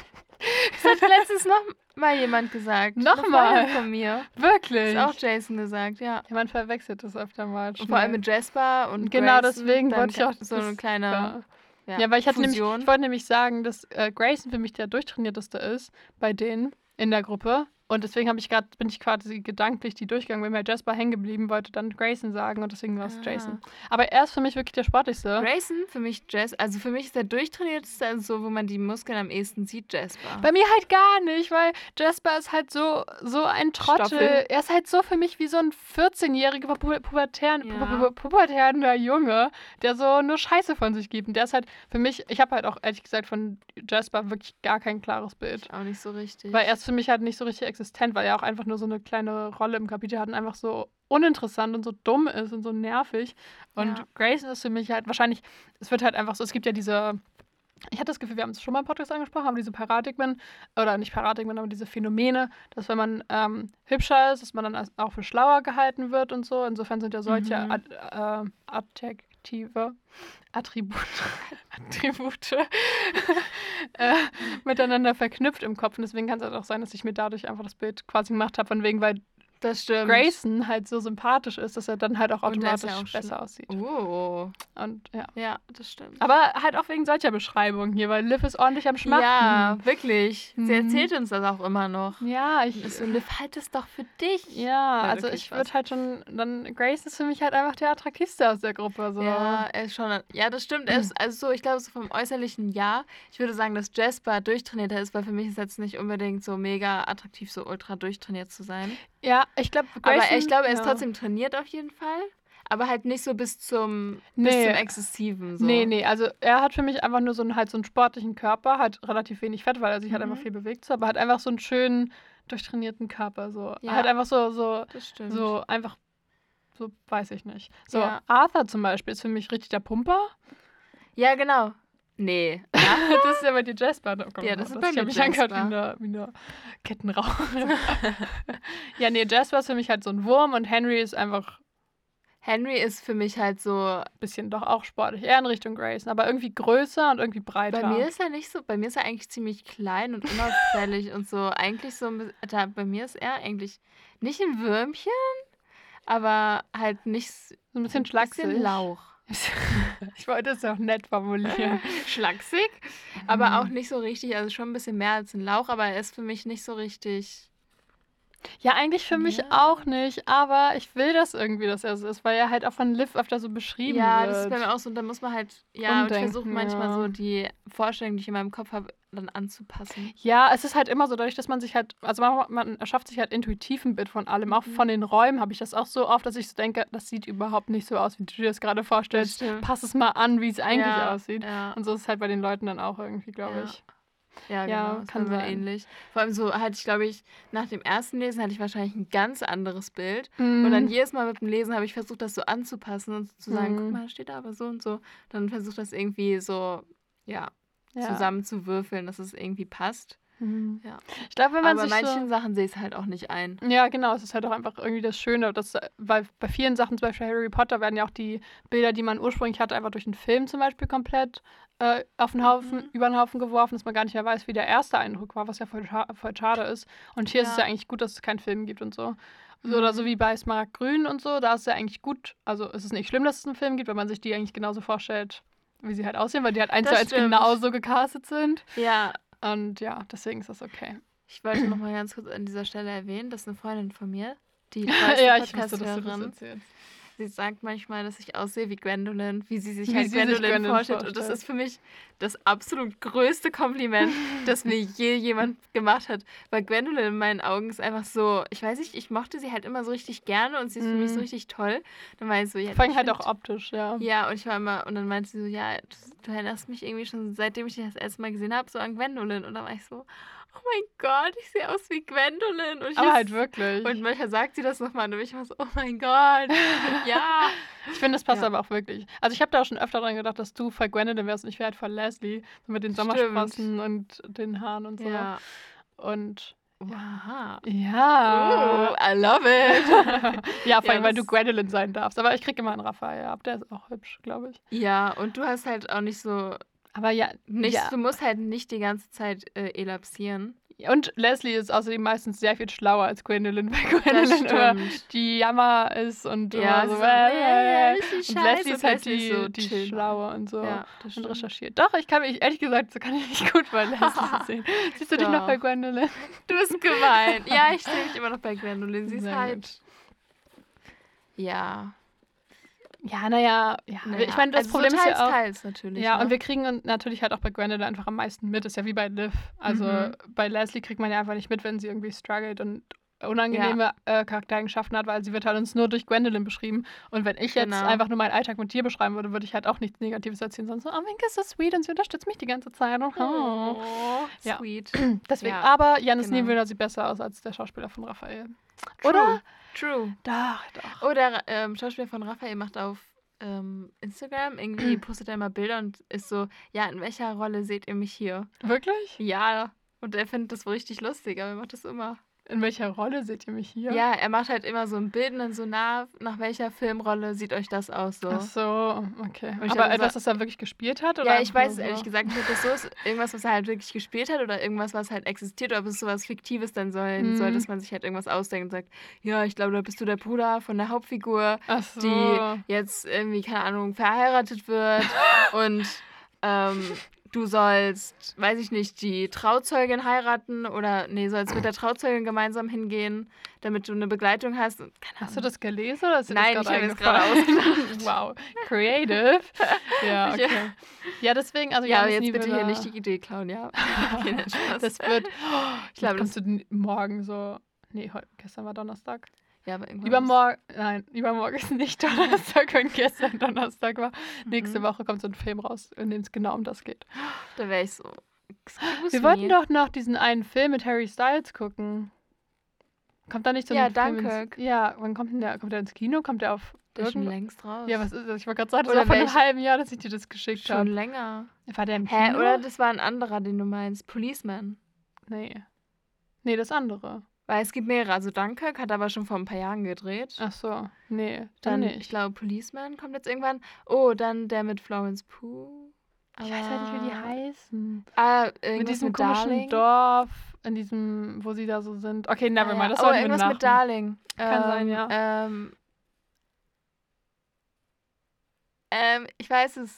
Das hat letztens noch mal jemand gesagt.
Nochmal?
Von mir.
Wirklich?
Das hat auch Jason gesagt, ja.
Man verwechselt das öfter mal.
Und vor allem mit Jasper und
genau,
Grayson,
deswegen wollte ich auch
so eine kleine
Ja, weil ich
Fusion.
wollte nämlich sagen, dass Grayson für mich der durchtrainierteste ist bei denen in der Gruppe. Und deswegen bin ich quasi gedanklich die durchgegangen. Wenn mir Jasper hängen geblieben, wollte dann Grayson sagen und deswegen war es Jason. Aber er ist für mich wirklich der sportlichste.
Grayson, für mich also für mich ist der durchtrainierteste, also so, wo man die Muskeln am ehesten sieht, Jasper.
Bei mir halt gar nicht, weil Jasper ist halt so ein Trottel.
Stoffel.
Er ist halt so für mich wie so ein 14-jähriger pubertärer Junge, der so nur Scheiße von sich gibt. Und der ist halt für mich, ich habe halt auch ehrlich gesagt von Jasper wirklich gar kein klares Bild.
Auch nicht so richtig.
Weil er ist für mich halt nicht so richtig existent, weil er auch einfach nur so eine kleine Rolle im Kapitel hat und einfach so uninteressant und so dumm ist und so nervig. Und Grayson ist für mich halt wahrscheinlich, es wird halt einfach so, es gibt ja diese, ich hatte das Gefühl, wir haben es schon mal im Podcast angesprochen, aber diese Paradigmen, oder nicht Paradigmen, aber diese Phänomene, dass wenn man hübscher ist, dass man dann auch für schlauer gehalten wird und so. Insofern sind ja solche Attribute miteinander verknüpft im Kopf. Und deswegen kann es halt auch sein, dass ich mir dadurch einfach das Bild quasi gemacht habe, von wegen, weil
das stimmt.
Grayson halt so sympathisch ist, dass er dann halt auch automatisch besser aussieht.
Oh.
Und
ja, das stimmt.
Aber halt auch wegen solcher Beschreibungen hier, weil Liv ist ordentlich am Schmachten.
Ja, wirklich. Sie erzählt uns das auch immer noch.
Ja,
Liv, halt es doch für dich.
Ja, also ich würde halt schon, Grayson ist für mich halt einfach der attraktivste aus der Gruppe. So.
Ja, er ist schon, ja, das stimmt. Er ist, also so, ich glaube, so vom äußerlichen ich würde sagen, dass Jasper durchtrainierter ist, weil für mich ist jetzt nicht unbedingt so mega attraktiv, so ultra durchtrainiert zu sein.
Ja, ich glaube,
er ist trotzdem trainiert auf jeden Fall. Aber halt nicht so bis zum Exzessiven. So.
Nee, also er hat für mich einfach nur so einen sportlichen Körper, hat relativ wenig Fett, weil er sich halt einfach viel bewegt, aber hat einfach so einen schönen, durchtrainierten Körper. So. Ja. Halt einfach so einfach, so weiß ich nicht. So, Arthur zum Beispiel ist für mich richtig der Pumper.
Ja, genau. Nee.
Das ist ja bei dir Jasper.
Ja, das ist bei mir
Jasper. Ich habe mich angehört wie eine Kettenraucherin. Ja, nee, Jasper ist für mich halt so ein Wurm und Henry ist einfach...
Henry ist für mich halt so...
Bisschen doch auch sportlich, eher in Richtung Grayson, aber irgendwie größer und irgendwie breiter.
Bei mir ist er nicht so, bei mir ist er eigentlich ziemlich klein und unauffällig und so. Eigentlich so, bei mir ist er eigentlich nicht ein Würmchen, aber halt nicht
so ein bisschen schlaksig.
Bisschen Lauch.
Ich wollte es auch nett formulieren.
Schlaksig, aber auch nicht so richtig, also schon ein bisschen mehr als ein Lauch, aber er ist für mich nicht so richtig...
Ja, eigentlich für mich auch nicht, aber ich will das irgendwie, dass er so ist, weil er halt auch von Liv öfter so beschrieben wird.
Ja, das ist bei mir auch so, und da muss man halt, und ich versuche manchmal so die Vorstellung, die ich in meinem Kopf habe, dann anzupassen.
Ja, es ist halt immer so, dadurch, dass man sich halt, also man erschafft sich halt intuitiv ein Bild von allem, auch von den Räumen habe ich das auch so oft, dass ich so denke, das sieht überhaupt nicht so aus, wie du dir das gerade vorstellst. Pass es mal an, wie es eigentlich aussieht.
Ja.
Und so ist es halt bei den Leuten dann auch irgendwie, glaube ich.
Ja, genau, das kann sein. Ähnlich. Vor allem so hatte ich, glaube ich, nach dem ersten Lesen hatte ich wahrscheinlich ein ganz anderes Bild. Und dann jedes Mal mit dem Lesen habe ich versucht, das so anzupassen und zu sagen, guck mal, steht da aber so und so. Dann versucht das irgendwie so, zusammenzuwürfeln, dass es irgendwie passt. Ja.
Ich glaube, wenn man
aber manchen Sachen sehe ich es halt auch nicht ein.
Ja, genau, es ist halt auch einfach irgendwie das Schöne, weil bei vielen Sachen, zum Beispiel Harry Potter, werden ja auch die Bilder, die man ursprünglich hatte, einfach durch den Film zum Beispiel komplett auf den Haufen, über den Haufen geworfen, dass man gar nicht mehr weiß, wie der erste Eindruck war, was ja voll schade ist. Und hier ist es ja eigentlich gut, dass es keinen Film gibt und so. Oder so wie bei Smaragd-Grün und so, da ist es ja eigentlich gut, also es ist nicht schlimm, dass es einen Film gibt, weil man sich die eigentlich genauso vorstellt, wie sie halt aussehen, weil die halt 1:1 genauso gecastet sind.
Ja.
Und ja, deswegen ist das okay.
Ich wollte noch mal ganz kurz an dieser Stelle erwähnen, dass eine Freundin von mir, die Podcast-Hörerin, sie sagt manchmal, dass ich aussehe wie Gwendolyn, wie sie sich halt Gwendolyn vorstellt. Und das ist für mich das absolut größte Kompliment, das mir je jemand gemacht hat. Weil Gwendolyn in meinen Augen ist einfach so, ich weiß nicht, ich mochte sie halt immer so richtig gerne und sie ist für mich so richtig toll. Dann war ich so,
vor allem halt auch optisch, ja.
Ja, und ich war immer, und dann meinte sie so, ja, du erinnerst mich irgendwie schon, seitdem ich dich das erste Mal gesehen habe, so an Gwendolyn. Und dann war ich so, oh mein Gott, ich sehe aus wie Gwendolyn. Und
aber halt wirklich.
Und manchmal sagt sie das nochmal und ich war so, oh mein Gott, ja.
Ich finde, das passt aber auch wirklich. Also ich habe da auch schon öfter dran gedacht, dass du voll Gwendolyn wärst und ich wäre halt voll Leslie. So mit den Sommersprossen und den Haaren und so.
Ja.
Und
wow.
Ja.
I love it.
Ja, vor allem, weil du Gwendolyn sein darfst. Aber ich kriege immer einen Raphael ab, der ist auch hübsch, glaube ich.
Ja, und du hast halt auch nicht so...
Aber
du musst halt nicht die ganze Zeit elapsieren.
Und Leslie ist außerdem meistens sehr viel schlauer als Gwendolyn, weil Gwendolyn immer die Jammer ist und immer so. Und Leslie ist halt die Schlaue und so.
Ja,
und recherchiert. Doch, ich kann mich, ehrlich gesagt, so kann ich nicht gut bei Leslie sehen. Siehst du dich noch bei Gwendolyn?
Du bist gemein. Ja, ich sehe mich immer noch bei Gwendolyn. Sie ist halt... Ja.
Ja, naja. Ich meine, das Problem ist ja auch...
Teils natürlich.
Ja, und wir kriegen natürlich halt auch bei Gwendolyn einfach am meisten mit. Das ist ja wie bei Liv. Also bei Leslie kriegt man ja einfach nicht mit, wenn sie irgendwie struggelt und unangenehme Charaktereigenschaften hat, weil sie wird halt uns nur durch Gwendolyn beschrieben. Und wenn ich jetzt einfach nur meinen Alltag mit dir beschreiben würde, würde ich halt auch nichts Negatives erzählen, sondern so, oh, Minka ist so sweet und sie unterstützt mich die ganze Zeit.
Sweet.
Deswegen, aber Janis Niewöhner sieht besser aus als der Schauspieler von Raphael. Oder?
True.
Doch.
Oder Schauspieler von Raphael macht auf Instagram irgendwie, postet er immer Bilder und ist so, ja, in welcher Rolle seht ihr mich hier?
Wirklich?
Ja. Und er findet das wohl richtig lustig, aber er macht das immer.
In welcher Rolle seht ihr mich hier?
Ja, er macht halt immer so ein Bild und dann so, nach welcher Filmrolle sieht euch das aus? So.
Ach so, okay. Aber etwas, das er wirklich gespielt hat? Oder
ja, ich weiß es ehrlich gesagt nicht, ob das so ist. Irgendwas, was er halt wirklich gespielt hat oder irgendwas, was halt existiert, oder ob es sowas Fiktives dann sein soll, dass man sich halt irgendwas ausdenkt und sagt, ja, ich glaube, da bist du der Bruder von der Hauptfigur, die jetzt irgendwie, keine Ahnung, verheiratet wird und du sollst, weiß ich nicht, die Trauzeugin heiraten oder, sollst mit der Trauzeugin gemeinsam hingehen, damit du eine Begleitung hast.
Hast du das gelesen oder hast du
Nein,
das
ich habe es gerade ausgedacht.
Wow, creative. Ja, okay. Ja, deswegen, also
ja, jetzt bitte hier nicht die Idee klauen, ja. Okay, nicht Spaß.
Das wird, ich glaube, das kommt morgen so, gestern war Donnerstag.
Ja, aber
übermorgen ist nicht Donnerstag, wenn gestern Donnerstag war. Nächste Woche kommt so ein Film raus, in dem es genau um das geht.
Da wäre ich so,
wir wollten doch noch diesen einen Film mit Harry Styles gucken. Kommt da nicht so ein Film
Dunkirk.
Wann kommt denn der? Kommt der ins Kino? Kommt der auf...
Der ist schon längst raus.
Ja, was ist das? Ich wollte gerade sagen, das war vor einem halben Jahr, dass ich dir das geschickt habe.
Schon länger.
War der im Kino?
Oder das war ein anderer, den du meinst. Policeman.
Nee, das andere.
Weil es gibt mehrere. Also Dunkirk hat aber schon vor ein paar Jahren gedreht.
Ach so, nee,
Dann,
nicht.
ich glaube, Policeman kommt jetzt irgendwann. Oh, dann der mit Florence Pugh.
Ich weiß halt nicht, wie die heißen.
Irgendwas
Mit diesem
mit
komischen
Darling.
Dorf, in diesem, wo sie da so sind. Okay, nevermind, das
oh,
sollten wir
irgendwas
nach.
mit Darling.
Kann sein, ja.
Ich weiß es.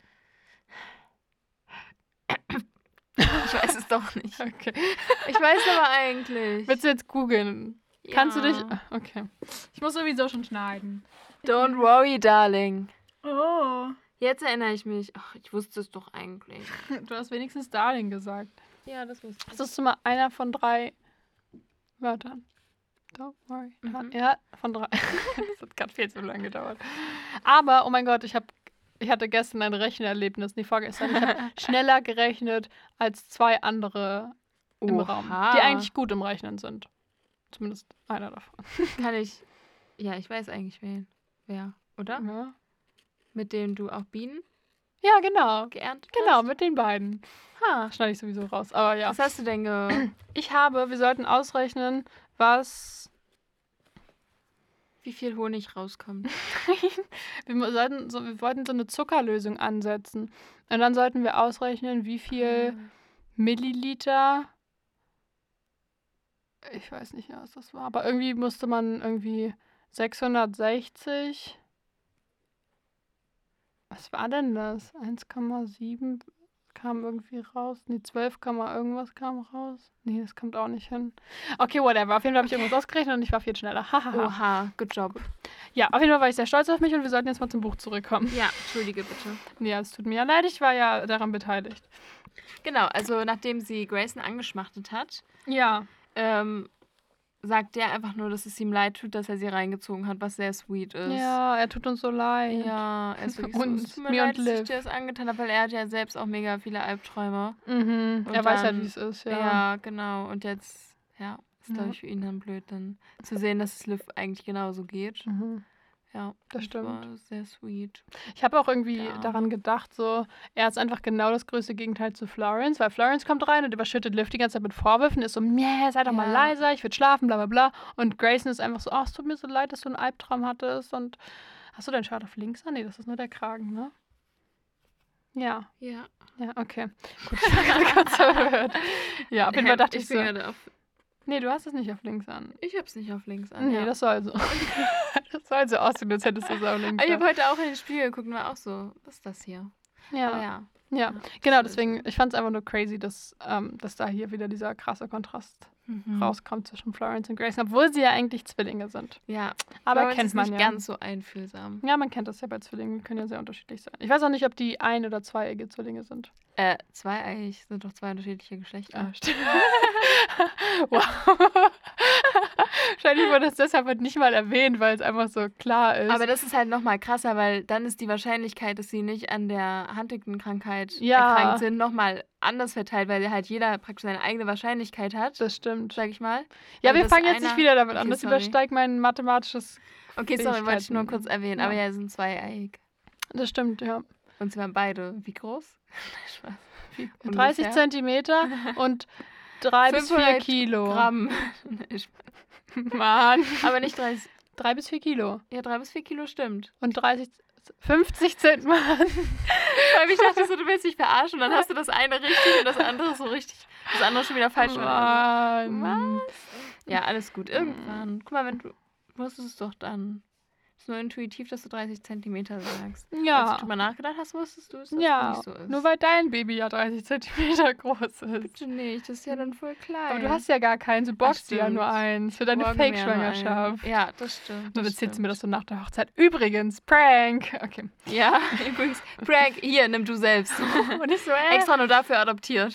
Ich weiß es doch nicht.
Okay.
Ich weiß aber eigentlich.
Willst du jetzt googeln?
Ja.
Kannst du dich... Okay. Ich muss sowieso schon schneiden.
Don't worry, darling.
Oh.
Jetzt erinnere ich mich. Ach, ich wusste es doch eigentlich.
Du hast wenigstens Darling gesagt.
Ja, das wusste ich.
Das ist immer einer von 3 Wörtern. Don't worry. Ja, von 3. Das hat gerade viel zu lange gedauert. Aber, oh mein Gott, ich hatte gestern ein Rechenerlebnis, nicht vorgestern. Ich habe schneller gerechnet als 2 andere im Raum, die eigentlich gut im Rechnen sind. Zumindest einer davon.
Kann ich... Ja, ich weiß eigentlich wer, oder?
Ja.
Mit dem du auch Bienen
Ja, genau.
geerntet
Genau,
hast?
mit den beiden. Schneide ich sowieso raus, aber ja.
Was hast du denn
Wir sollten ausrechnen,
wie viel Honig rauskommt?
wir wollten so eine Zuckerlösung ansetzen. Und dann sollten wir ausrechnen, wie viel Milliliter. Ich weiß nicht, was das war. Aber irgendwie musste man 660. Was war denn das? 1,7 kam irgendwie raus. Nee, 12, irgendwas kam raus. Nee, das kommt auch nicht hin. Okay, whatever. Auf jeden Fall habe ich irgendwas ausgerechnet und ich war viel schneller.
Oha, good job.
Ja, auf jeden Fall war ich sehr stolz auf mich und wir sollten jetzt mal zum Buch zurückkommen.
Ja, entschuldige bitte.
Ja, es tut mir ja leid, ich war ja daran beteiligt.
Genau, also nachdem sie Grayson angeschmachtet hat,
Ja.
sagt der einfach nur, dass es ihm leid tut, dass er sie reingezogen hat, was sehr sweet ist.
Ja, er tut uns so leid.
Ja, er ist wirklich so,
Uns,
es tut mir
mir
leid,
und
dass ich
Liv.
dir das angetan habe, weil er hat ja selbst auch mega viele Albträume.
Mhm.
Und
Er weiß halt,
dann-
wie es ist, ja.
Ja, genau. Und jetzt, ist, glaube
Ja.
ich, für ihn dann blöd, dann zu sehen, dass es Liv eigentlich genauso geht.
Mhm.
Ja,
Das stimmt.
war sehr sweet.
Ich habe auch irgendwie
Ja.
daran gedacht, so, er ist einfach genau das größte Gegenteil zu Florence, weil Florence kommt rein und überschüttet Liv die ganze Zeit mit Vorwürfen, ist so, sei doch mal
Ja.
leiser, ich will schlafen, bla bla bla. Und Grayson ist einfach so, es tut mir so leid, dass du einen Albtraum hattest und hast du dein Shirt auf links an? Nee, das ist nur der Kragen, ne? Ja,
Ja.
okay. Gut, ich war gerade kurz verwirrt. Ja, auf jeden Fall dachte ich so,
bin gerade auf.
nee, du hast es nicht auf links an.
Ich hab's nicht auf links an.
Nee,
ja.
das soll so. Das soll so aussehen, als hättest du es auf links
Aber ich
an.
habe heute auch in den Spiegel geguckt und war auch so, was ist das hier? Aber
Ja. Ja,
Ja,
genau,
so ist
deswegen, ich fand es einfach nur crazy, dass da hier wieder dieser krasse Kontrast rauskommt zwischen Florence und Grayson, obwohl sie ja eigentlich Zwillinge sind.
Ja,
Aber
Florence
kennt
ist
man
nicht
ja.
ganz so einfühlsam.
Ja, man kennt das ja bei Zwillingen, die können ja sehr unterschiedlich sein. Ich weiß auch nicht, ob die ein- oder zweieiige Zwillinge sind.
Zweieiig sind doch 2 unterschiedliche Geschlechter.
Stimmt. Wow. Wahrscheinlich wurde es deshalb halt nicht mal erwähnt, weil es einfach so klar ist.
Aber das ist halt nochmal krasser, weil dann ist die Wahrscheinlichkeit, dass sie nicht an der Huntington-Krankheit
Ja.
erkrankt sind, nochmal anders verteilt, weil halt jeder praktisch seine eigene Wahrscheinlichkeit hat,
das stimmt.
sag ich mal.
Ja,
Also,
wir
dass
fangen jetzt nicht
einer-
wieder damit an.
Okay,
Das
sorry.
übersteigt mein mathematisches.
Okay, sorry, wollte ich nur
Fähigkeiten.
kurz erwähnen.
Ja.
Aber ja, sie sind zweieiig.
Das stimmt, ja.
Und sie waren beide wie groß? Spaß.
30
Ungefähr.
Zentimeter und 3 bis 4
500
Kilo.
Gramm. Spaß.
Mann.
Aber nicht 30.
3 bis 4 Kilo.
Ja, 3 bis 4 Kilo stimmt.
Und 50 Cent, Mann.
Weil ich dachte so, du willst mich verarschen. Und dann hast du das eine richtig und das andere so richtig. Das andere schon wieder falsch.
Mann.
Ja, alles gut. Irgendwann. Guck mal, wenn du wusstest es doch dann. Ist nur intuitiv, dass du 30 Zentimeter sagst. Als
Ja.
du drüber nachgedacht hast, wusstest du es, dass es
Ja,
nicht so ist.
nur weil dein Baby ja 30 Zentimeter groß ist.
Bitte nicht, das ist ja dann voll klein.
Aber du hast ja gar keins, du boxst ja
stimmt.
nur eins für deine
Morgen mehr nur
Fake-Schwangerschaft.
ein. Ja, das stimmt.
Und dann
das
erzählst du mir das
stimmt.
so nach der Hochzeit. Übrigens, Prank. Okay.
Ja, übrigens. Prank, hier, nimm du selbst.
Und ich so,
Extra nur dafür adoptiert.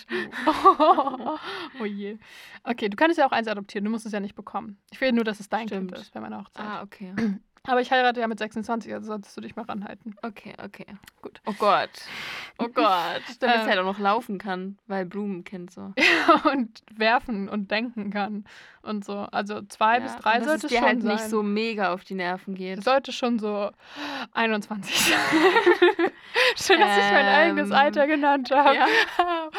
Oh je. Okay, du kannst ja auch eins adoptieren, du musst es ja nicht bekommen. Ich will nur, dass es dein
Stimmt.
Kind ist bei meiner Hochzeit.
Ah, okay.
Aber ich heirate ja mit 26, also solltest du dich mal ranhalten.
Okay.
Gut.
Oh Gott. Oh Gott. Damit es
Ähm.
halt auch noch laufen kann, weil Blumenkind so.
Und werfen und denken kann und so. Also 2 bis 3
und dass
sollte
es
es
dir
schon
halt
sein.
nicht so mega auf die Nerven geht.
Sollte schon so 21 sein. Schön, dass ich mein eigenes Alter genannt habe.
Ja.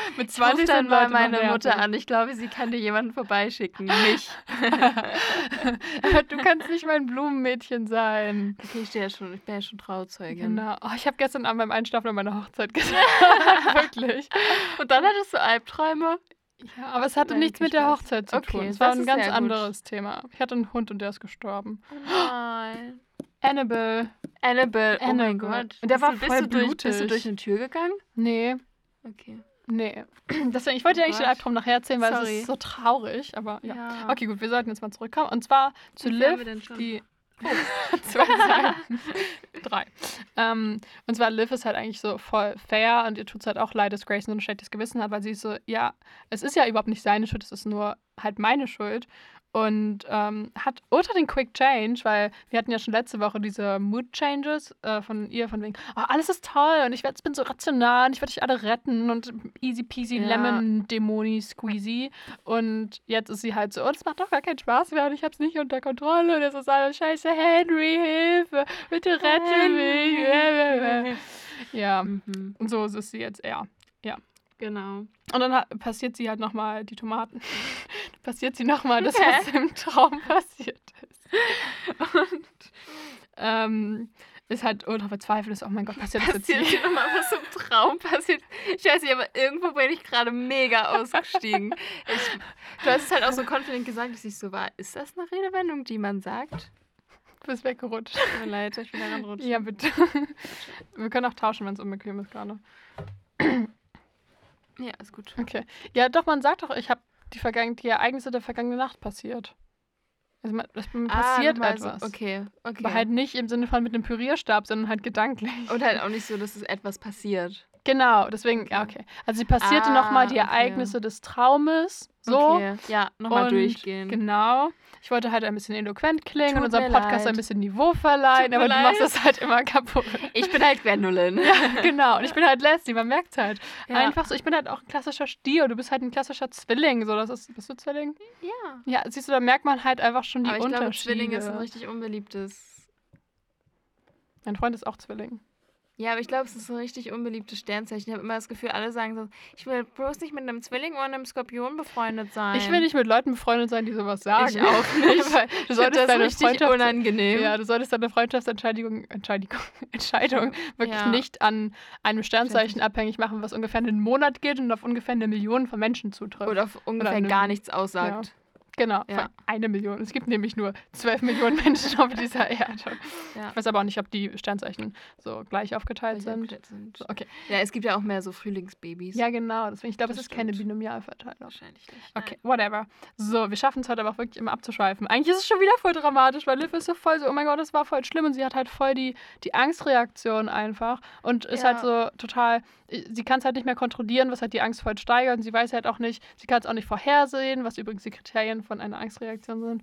Mit
Ich rufe
20
dann
sind
mal
Leute noch
meine Mutter
nervig.
an. Ich glaube, sie kann dir jemanden vorbeischicken. Mich.
Aber du kannst nicht mein Blumenmädchen sein.
Okay, ich bin ja schon Trauzeugin.
Genau. Oh, ich habe gestern Abend beim Einschlafen an meine Hochzeit gedacht. Wirklich.
Und dann hattest du Albträume?
Ja, aber es hatte
Nein,
nichts mit der
Spaß.
Hochzeit zu
Okay,
tun. Es war
das
ein
ist
ganz
sehr gut.
anderes Thema. Ich hatte einen Hund und der ist gestorben.
Oh nein.
Annabelle.
Annabelle, oh mein
Annabelle.
Gott.
Und der war
bist
voll
du bist du
blutig.
durch eine Tür gegangen?
Nee,
Okay.
nee. Deswegen, ich wollte dir eigentlich den
Gott.
Albtraum nachher erzählen, weil es
Sorry.
ist so traurig. Aber ja.
Ja.
Okay, gut, wir sollten jetzt mal zurückkommen. Und zwar zu
Wie viel haben
Liv,
wir denn schon?
die... Oh, 2 Seiten. 3. Und zwar Liv ist halt eigentlich so voll fair und ihr tut es halt auch leid, dass Grace so ein schlechtes Gewissen hat, weil sie ist so, ja, es ist ja überhaupt nicht seine Schuld, es ist nur halt meine Schuld. Und hat ultra den Quick Change, weil wir hatten ja schon letzte Woche diese Mood Changes von ihr, von wegen, oh, alles ist toll und bin so rational und ich werde euch alle retten und easy peasy
Ja.
lemon Dämoni squeezy. Und jetzt ist sie halt so, oh, das macht doch gar keinen Spaß mehr und ich hab's nicht unter Kontrolle und es ist alles scheiße, Henry, Hilfe, bitte rette mich. Ja,
Mhm.
und so ist sie jetzt eher.
Genau.
Und dann passiert sie halt nochmal die Tomaten. Passiert sie nochmal das, was im Traum passiert ist. Und ist halt ultra verzweifelt. Ist, oh mein Gott, passiert das jetzt
Passiert
hier?
hier nochmal was im Traum passiert? Ich weiß nicht, aber irgendwo bin ich gerade mega ausgestiegen. Du hast es halt auch so confident gesagt, dass ich so war. Ist das eine Redewendung, die man sagt?
Du bist weggerutscht.
Tut mir leid, ich bin daran rutschen.
Ja, bitte. Wir können auch tauschen, wenn es unbequem ist gerade.
Ja, ist gut.
Okay. Ja, doch, man sagt doch, die Ereignisse der vergangenen Nacht passiert. Also es passiert
nochmal
etwas.
So, okay.
Aber halt nicht im Sinne von mit einem Pürierstab, sondern halt gedanklich.
Und halt auch nicht so, dass es etwas passiert.
Genau, deswegen, ja, okay. Also sie passierte nochmal die
okay.
Ereignisse des Traumes. So.
Okay, ja, nochmal
Und
durchgehen.
Genau. Ich wollte halt ein bisschen eloquent klingen
Tut
und unserem
mir
Podcast
leid.
ein bisschen Niveau verleihen,
Tut mir
aber du
leid.
machst das halt immer kaputt.
Ich bin halt Gwendolyn.
Ja, genau. Und ich bin halt Leslie, man merkt es halt.
Ja.
Einfach so, ich bin halt auch ein klassischer Stier, du bist halt ein klassischer Zwilling. So, bist du Zwilling?
Ja.
Ja, siehst du, da merkt man halt einfach schon die
Aber ich glaube,
Unterschiede.
Zwilling ist ein richtig unbeliebtes.
Mein Freund ist auch Zwilling.
Ja, aber ich glaube, es ist ein richtig unbeliebtes Sternzeichen. Ich habe immer das Gefühl, alle sagen so, ich will bloß nicht mit einem Zwilling oder einem Skorpion befreundet sein.
Ich will nicht mit Leuten befreundet sein, die sowas sagen.
Ich auch nicht.
Weil du solltest deine
unangenehm.
Ja, du solltest deine Freundschaftsentscheidung wirklich
Ja.
nicht an einem Sternzeichen abhängig machen, was ungefähr einen Monat geht und auf ungefähr 1 Million von Menschen zutrifft.
Oder ungefähr
eine-
gar nichts aussagt.
Genau,
Ja.
von 1 Million. Es gibt nämlich nur 12 Millionen Menschen auf dieser Erde.
Ja.
Ich weiß aber auch nicht, ob die Sternzeichen so gleich aufgeteilt sind. So, okay.
Ja, es gibt ja auch mehr so Frühlingsbabys.
Ja, genau. Deswegen, ich glaube, es
Das
ist keine
stimmt.
Binomialverteilung.
Wahrscheinlich nicht.
Okay, whatever. So, wir schaffen es heute aber auch wirklich immer abzuschweifen. Eigentlich ist es schon wieder voll dramatisch, weil Liv ist so voll so, oh mein Gott, das war voll schlimm und sie hat halt voll die Angstreaktion einfach und ist
Ja.
halt so total, sie kann es halt nicht mehr kontrollieren, was halt die Angst voll steigert und sie weiß halt auch nicht, sie kann es auch nicht vorhersehen, was übrigens die Kriterien von einer Angstreaktion sind,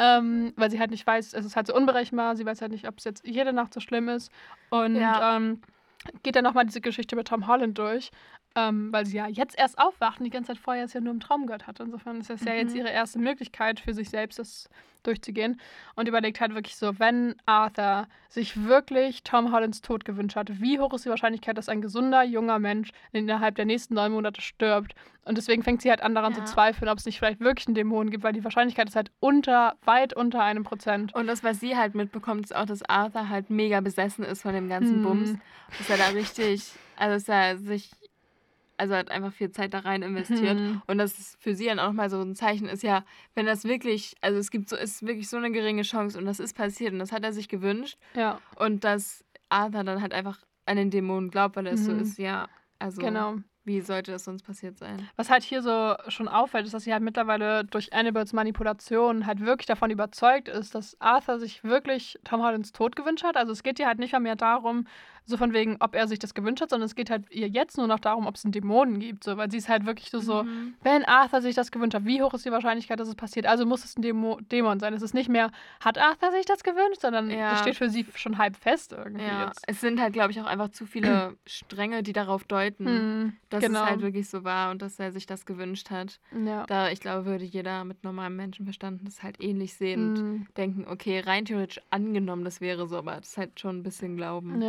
weil sie halt nicht weiß, es ist halt so unberechenbar, sie weiß halt nicht, ob es jetzt jede Nacht so schlimm ist und
Ja.
geht dann nochmal diese Geschichte mit Tom Holland durch, weil sie ja jetzt erst aufwacht und die ganze Zeit vorher es ja nur im Traum gehört hatte. Insofern ist das ja jetzt ihre erste Möglichkeit für sich selbst, das durchzugehen. Und überlegt halt wirklich so, wenn Arthur sich wirklich Tom Hollands Tod gewünscht hat, wie hoch ist die Wahrscheinlichkeit, dass ein gesunder, junger Mensch innerhalb der nächsten 9 Monate stirbt? Und deswegen fängt sie halt an daran zu zweifeln, ob es nicht vielleicht wirklich einen Dämon gibt, weil die Wahrscheinlichkeit ist halt weit unter 1%.
Und das, was sie halt mitbekommt, ist auch, dass Arthur halt mega besessen ist von dem ganzen Bums. Dass er da richtig, also dass er sich, also hat einfach viel Zeit da rein investiert. Und das ist für sie dann auch nochmal so ein Zeichen ist, ja, wenn das wirklich, also es ist wirklich so eine geringe Chance und das ist passiert und das hat er sich gewünscht.
Ja,
Und dass Arthur dann halt einfach an den Dämonen glaubt, weil es so ist, ja, also
genau.
wie sollte das sonst passiert sein?
Was halt hier so schon auffällt, ist, dass sie halt mittlerweile durch Annabelles Manipulation halt wirklich davon überzeugt ist, dass Arthur sich wirklich Tom Hollands Tod gewünscht hat. Also es geht ihr halt nicht mehr darum, so von wegen, ob er sich das gewünscht hat, sondern es geht halt ihr jetzt nur noch darum, ob es einen Dämonen gibt. So, weil sie ist halt wirklich so, wenn Arthur sich das gewünscht hat, wie hoch ist die Wahrscheinlichkeit, dass es passiert? Also muss es ein Dämon sein. Es ist nicht mehr, hat Arthur sich das gewünscht, sondern das steht für sie schon halb fest irgendwie
Ja,
jetzt.
es sind halt, glaube ich, auch einfach zu viele Stränge, die darauf deuten, dass
genau.
es halt wirklich so war und dass er sich das gewünscht hat.
Ja.
Da, ich glaube, würde jeder mit normalem Menschenverstand das halt ähnlich sehen und denken, okay, rein theoretisch angenommen, das wäre so, aber das ist halt schon ein bisschen Glauben.
Ja, und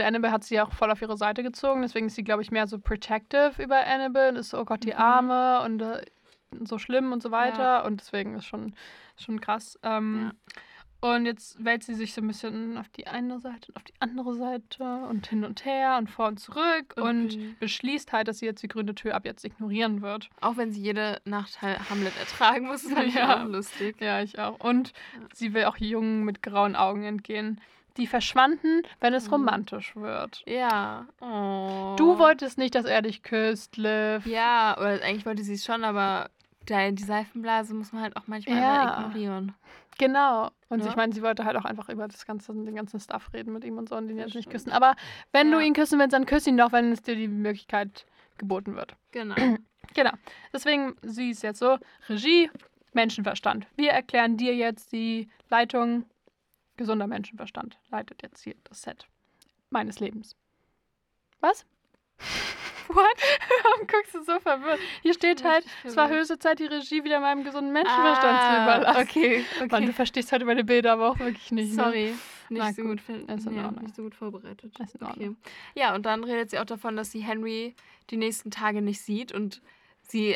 Annabelle hat sie ja auch voll auf ihre Seite gezogen. Deswegen ist sie, glaube ich, mehr so protective über Annabelle und ist so, oh Gott, die Arme und so schlimm und so weiter. Ja. Und deswegen ist schon krass. Und jetzt wälzt sie sich so ein bisschen auf die eine Seite und auf die andere Seite und hin und her und vor und zurück und beschließt halt, dass sie jetzt die grüne Tür ab jetzt ignorieren wird.
Auch wenn sie jede Nacht Hamlet ertragen muss, ist halt auch lustig.
Ja, ich auch. Und sie will auch Jungen mit grauen Augen entgehen. Die verschwanden, wenn es romantisch wird.
Ja. Oh.
Du wolltest nicht, dass er dich küsst, Liv.
Ja, oder eigentlich wollte sie es schon, aber die Seifenblase muss man halt auch manchmal ignorieren.
Genau. Und ich meine, sie wollte halt auch einfach über den ganzen Stuff reden mit ihm und so und ihn jetzt nicht küssen. Aber wenn du ihn küssen willst, dann küss ihn doch, wenn es dir die Möglichkeit geboten wird.
Genau.
Genau. Deswegen, sie ist jetzt so, Regie, Menschenverstand. Wir erklären dir jetzt die Leitung. Gesunder Menschenverstand leitet jetzt hier das Set meines Lebens. Was? What? Warum guckst du so verwirrt? Hier steht halt, es war höchste Zeit, die Regie wieder meinem gesunden Menschenverstand zu überlassen.
Okay.
Mann, du verstehst heute meine Bilder aber auch wirklich nicht.
Sorry,
ne?
nicht so gut vorbereitet. Okay. Ja, und dann redet sie auch davon, dass sie Henry die nächsten Tage nicht sieht und sie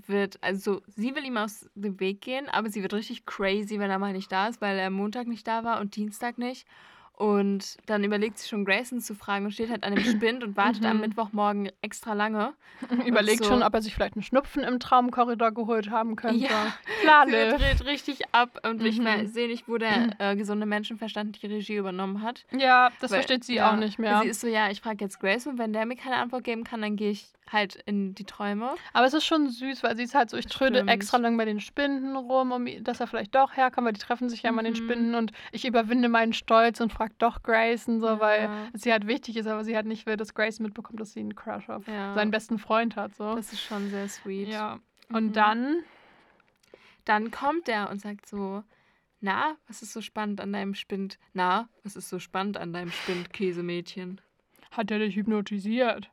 will ihm aus dem Weg gehen, aber sie wird richtig crazy, wenn er mal nicht da ist, weil er Montag nicht da war und Dienstag nicht. Und dann überlegt sie schon, Grayson zu fragen und steht halt an dem Spind und wartet am Mittwochmorgen extra lange.
Überlegt schon, ob er sich vielleicht einen Schnupfen im Traumkorridor geholt haben könnte.
Ja, klar, sie dreht richtig ab und ich sehe nicht, wo der gesunde Menschenverstand die Regie übernommen hat.
Ja, das versteht sie auch nicht mehr.
Sie ist so, ich frage jetzt Grayson, wenn der mir keine Antwort geben kann, dann gehe ich halt in die Träume.
Aber es ist schon süß, weil sie ist halt so, ich tröde extra lang bei den Spinden rum, dass er vielleicht doch herkommt, weil die treffen sich ja immer an den Spinden und ich überwinde meinen Stolz und frage doch Grayson so, weil sie halt wichtig ist, aber sie halt nicht will, dass Grayson mitbekommt, dass sie einen Crush auf seinen besten Freund hat. So.
Das ist schon sehr sweet.
Ja. Und dann
kommt er und sagt so, na, was ist so spannend an deinem Spind? Na, was ist so spannend an deinem Spind, Käsemädchen?
Hat er dich hypnotisiert?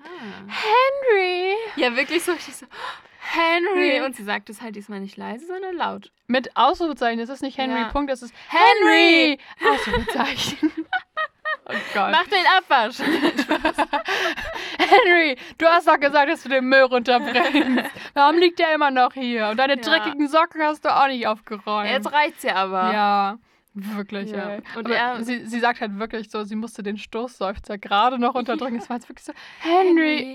Henry!
Ja, wirklich so richtig so, Henry! Und sie sagt es halt diesmal nicht leise, sondern laut.
Mit Ausrufezeichen. Es ist nicht Henry, Punkt, es ist Henry! Ausrufezeichen. Oh Gott.
Mach den Abwasch!
Henry, du hast doch gesagt, dass du den Müll runterbringst. Warum liegt der immer noch hier? Und deine dreckigen Socken hast du auch nicht aufgeräumt.
Jetzt reicht's ja aber.
Ja. Wirklich, ey. Und sie sagt halt wirklich so, sie musste den Stoßseufzer gerade noch unterdrücken. Es war jetzt wirklich so, Henry.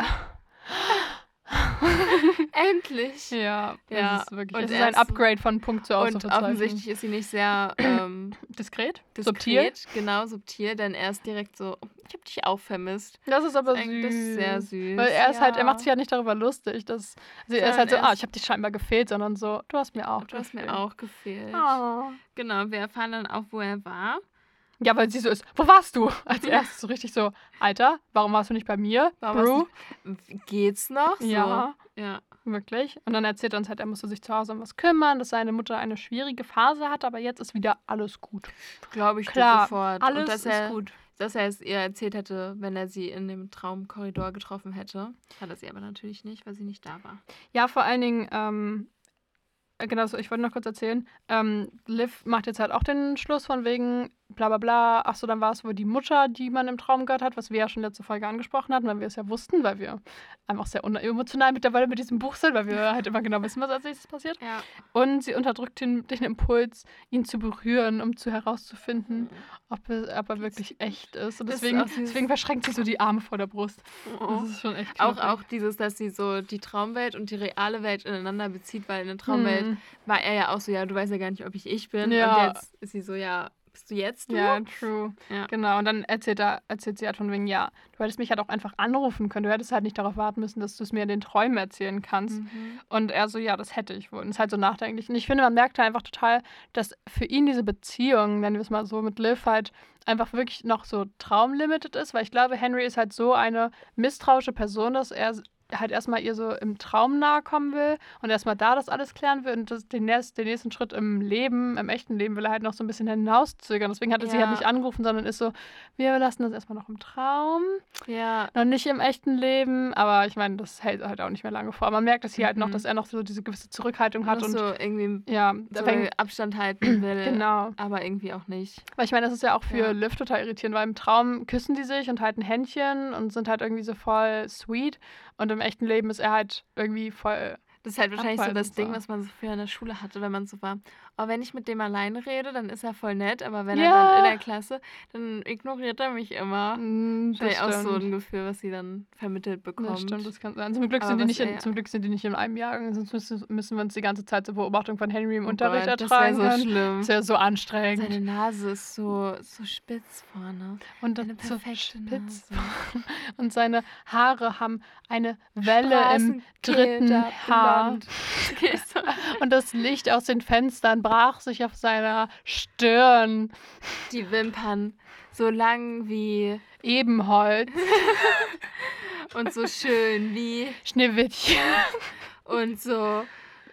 Endlich.
Ja, das ist wirklich. Und es ist ein Upgrade von Punkt zu Ausrufezeichen.
Und offensichtlich ist sie nicht sehr
diskret,
subtil. Genau, subtil, denn er ist direkt so, ich hab dich auch vermisst.
Das ist aber süß.
Das ist sehr süß.
Weil er ist halt, er macht sich halt nicht darüber lustig. Er ist halt so, ich hab dich scheinbar gefehlt, sondern so, du hast mir auch gefehlt.
Du hast mir auch gefehlt.
Oh.
Genau, wir erfahren dann auch, wo er war.
Ja, weil sie so ist, wo warst du? Als erstes so richtig so, Alter, warum warst du nicht bei mir? Bro?
Geht's noch? So.
Ja, wirklich. Und dann erzählt er uns halt, er musste sich zu Hause um was kümmern, dass seine Mutter eine schwierige Phase hat, aber jetzt ist wieder alles gut.
Glaube ich
Klar,
sofort.
Alles
und dass
ist gut.
Dass er es ihr erzählt hätte, wenn er sie in dem Traumkorridor getroffen hätte. Hat er sie aber natürlich nicht, weil sie nicht da war.
Ja, vor allen Dingen, genau, so, ich wollte noch kurz erzählen, Liv macht jetzt halt auch den Schluss von wegen bla bla bla, achso, dann war es wohl die Mutter, die man im Traum gehört hat, was wir ja schon letzte Folge angesprochen hatten, weil wir es ja wussten, weil wir einfach sehr emotional mittlerweile mit diesem Buch sind, weil wir halt immer genau wissen, was als nächstes passiert. Ja. Und sie unterdrückt den Impuls, ihn zu berühren, um herauszufinden, ob er wirklich echt ist. Und deswegen verschränkt sie so die Arme vor der Brust. Das ist schon echt knuffig.
Auch dieses, dass sie so die Traumwelt und die reale Welt ineinander bezieht, weil in der Traumwelt war er ja auch so, ja, du weißt ja gar nicht, ob ich bin. Ja. Und jetzt ist sie so, ja, bist du jetzt du?
Ja, true. Ja. Genau, und dann erzählt sie halt von wegen, ja, du hättest mich halt auch einfach anrufen können. Du hättest halt nicht darauf warten müssen, dass du es mir in den Träumen erzählen kannst. Und er so, ja, das hätte ich wohl. Und ist halt so nachdenklich. Und ich finde, man merkt halt einfach total, dass für ihn diese Beziehung, nennen wir es mal so, mit Liv halt einfach wirklich noch so traumlimited ist. Weil ich glaube, Henry ist halt so eine misstrauische Person, dass er halt erstmal ihr so im Traum nahe kommen will und erstmal da das alles klären will und den nächsten Schritt im Leben, im echten Leben will er halt noch so ein bisschen hinauszögern. Deswegen hatte sie halt nicht angerufen, sondern ist so, wir lassen das erstmal noch im Traum.
Ja.
Noch nicht im echten Leben, aber ich meine, das hält halt auch nicht mehr lange vor. Man merkt das hier halt noch, dass er noch so diese gewisse Zurückhaltung hat und
so irgendwie
so
Abstand halten will.
Genau.
Aber irgendwie auch nicht.
Weil ich meine, das ist ja auch für Liv total irritierend, weil im Traum küssen die sich und halten Händchen und sind halt irgendwie so voll sweet und im echten Leben ist er halt irgendwie voll.
Das ist halt wahrscheinlich so das Ding, was man so früher in der Schule hatte, wenn man so war, oh, wenn ich mit dem alleine rede, dann ist er voll nett, aber wenn er dann in der Klasse, dann ignoriert er mich immer. Das ist auch so ein Gefühl, was sie dann vermittelt bekommt.
Das stimmt, das kann sein. Zum Glück sind die nicht in einem Jahr, sonst müssen wir uns die ganze Zeit zur Beobachtung von Henry im Unterricht ertragen.
Das wäre so schlimm.
Das wäre so anstrengend.
Seine Nase ist so spitz vorne.
Und
eine perfekte Nase.
Und seine Haare haben eine Welle im dritten Haar. Und das Licht aus den Fenstern brach sich auf seiner Stirn.
Die Wimpern so lang wie
Ebenholz.
Und so schön wie
Schneewittchen.
Und so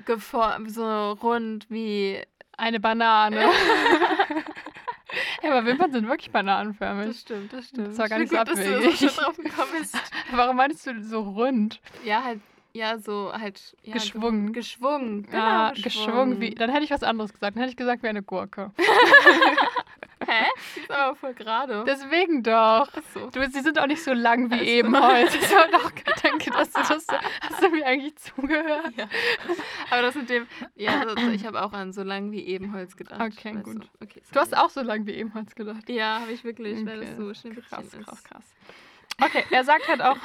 rund wie
eine Banane. Ja, aber Wimpern sind wirklich bananenförmig.
Das stimmt.
Das war gar nicht so abwegig.
Dass du so drauf gekommen bist.
Warum meinst du so rund?
Ja, halt. Ja, so halt. Ja,
geschwungen.
Geschwungen. Genau,
ja, geschwungen. Dann hätte ich was anderes gesagt. Dann hätte ich gesagt, wie eine Gurke.
Hä? Die ist aber voll gerade.
Deswegen doch.
So.
Sie sind auch nicht so lang wie Ebenholz. Ich habe auch gedacht, hast du mir eigentlich zugehört?
Ja. Aber das mit dem, ich habe auch an so lang wie Ebenholz gedacht.
Okay, gut. Okay, du hast auch so lang wie Ebenholz gedacht?
Ja, habe ich wirklich, weil das so Schneewittchen ist.
Krass. Okay, er sagt halt auch,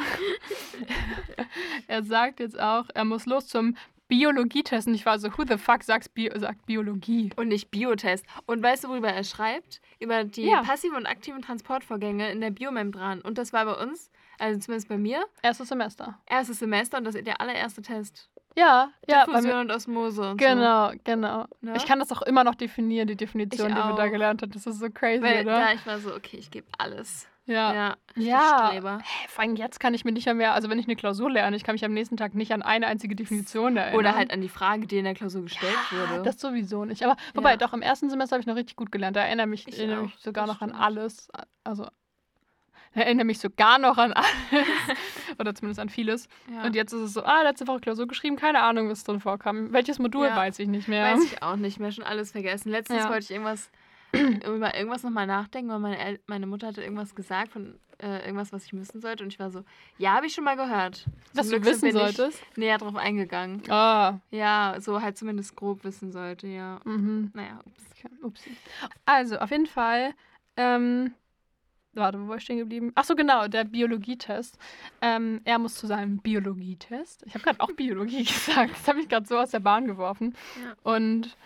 er sagt jetzt auch, er muss los zum Biologietest. Und ich war so, who the fuck sagt Biologie?
Und nicht Biotest. Und weißt du, worüber er schreibt? Über die passiven und aktiven Transportvorgänge in der Biomembran. Und das war bei uns, also zumindest bei mir.
Erstes Semester und
das ist der allererste Test.
Ja.
Diffusion und Osmose und
genau.
so.
Ne? Ich kann das auch immer noch definieren, die Definition, die wir da gelernt haben. Das ist so crazy, oder?
Ja, ich war so, okay, ich gebe alles.
Ja. Vor allem jetzt kann ich mir nicht mehr, also wenn ich eine Klausur lerne, ich kann mich am nächsten Tag nicht an eine einzige Definition erinnern.
Oder halt an die Frage, die in der Klausur gestellt wurde.
Das sowieso nicht. Aber wobei, doch im ersten Semester habe ich noch richtig gut gelernt. Da erinnere mich sogar noch an alles. Also erinnere mich sogar noch an alles. Oder zumindest an vieles. Ja. Und jetzt ist es so, letzte Woche Klausur geschrieben, keine Ahnung, was drin vorkam. Welches Modul, weiß ich nicht mehr.
Weiß ich auch nicht mehr, schon alles vergessen. Letztens wollte ich über irgendwas nochmal nachdenken, weil meine Mutter hatte irgendwas gesagt von irgendwas, was ich wissen sollte. Und ich war so, habe ich schon mal gehört.
Was du wissen solltest?
Näher drauf eingegangen.
Ah.
Ja, so halt zumindest grob wissen sollte, ja.
Mhm.
Naja,
ups. Also, auf jeden Fall, warte, wo war ich stehen geblieben? Ach so, genau, der Biologietest. Er muss zu seinem Biologietest. Ich habe gerade auch Biologie gesagt. Das habe ich gerade so aus der Bahn geworfen.
Ja.
Und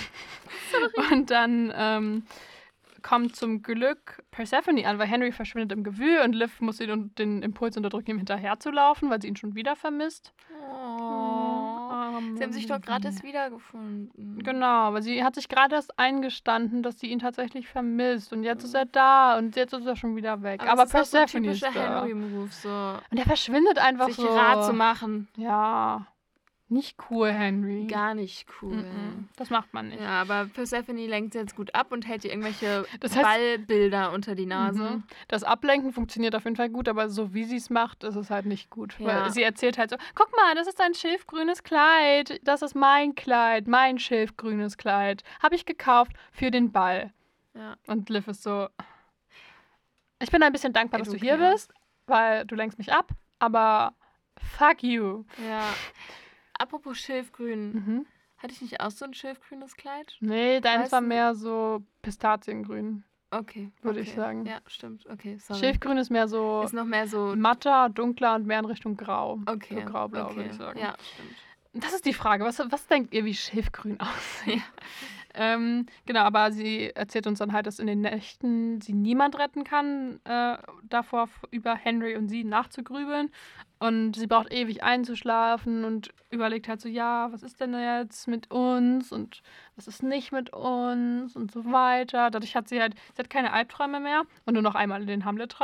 dann kommt zum Glück Persephone an, weil Henry verschwindet im Gewühl und Liv muss den Impuls unterdrücken, ihm hinterher zu laufen, weil sie ihn schon wieder vermisst.
Sie haben sich doch gerade erst wiedergefunden.
Genau, weil sie hat sich gerade erst eingestanden, dass sie ihn tatsächlich vermisst. Und jetzt ist er da und jetzt ist er schon wieder weg. Aber Persephone ist da.
Henry-Move, so.
Und er verschwindet einfach
sich
so.
Sich Rat zu machen.
Ja. Nicht cool, Henry.
Gar nicht cool.
Das macht man nicht.
Ja, aber Persephone lenkt jetzt gut ab und hält ihr irgendwelche Ballbilder unter die Nase.
Das Ablenken funktioniert auf jeden Fall gut, aber so wie sie es macht, ist es halt nicht gut. Ja. Weil sie erzählt halt so, guck mal, das ist ein schilfgrünes Kleid. Das ist mein Kleid, mein schilfgrünes Kleid. Habe ich gekauft für den Ball.
Ja.
Und Liv ist so, ich bin ein bisschen dankbar, dass du hier bist, weil du lenkst mich ab, aber fuck you.
Ja. Apropos Schilfgrün. Hatte ich nicht auch so ein schilfgrünes Kleid?
Nee, deins war mehr so Pistaziengrün.
Okay.
Würde ich sagen.
Ja, stimmt. Okay, sorry.
Schilfgrün ist mehr so.
Ist noch mehr so.
Matter, dunkler und mehr in Richtung Grau.
Okay.
So grau-blau, würde ich sagen.
Ja, stimmt.
Das ist die Frage. Was denkt ihr, wie Schilfgrün aussieht? Genau, aber sie erzählt uns dann halt, dass in den Nächten sie niemand retten kann, davor über Henry und sie nachzugrübeln. Und sie braucht ewig einzuschlafen und überlegt halt so, was ist denn jetzt mit uns und was ist nicht mit uns und so weiter. Dadurch hat sie hat keine Albträume mehr und nur noch einmal den Hamlet-Traum.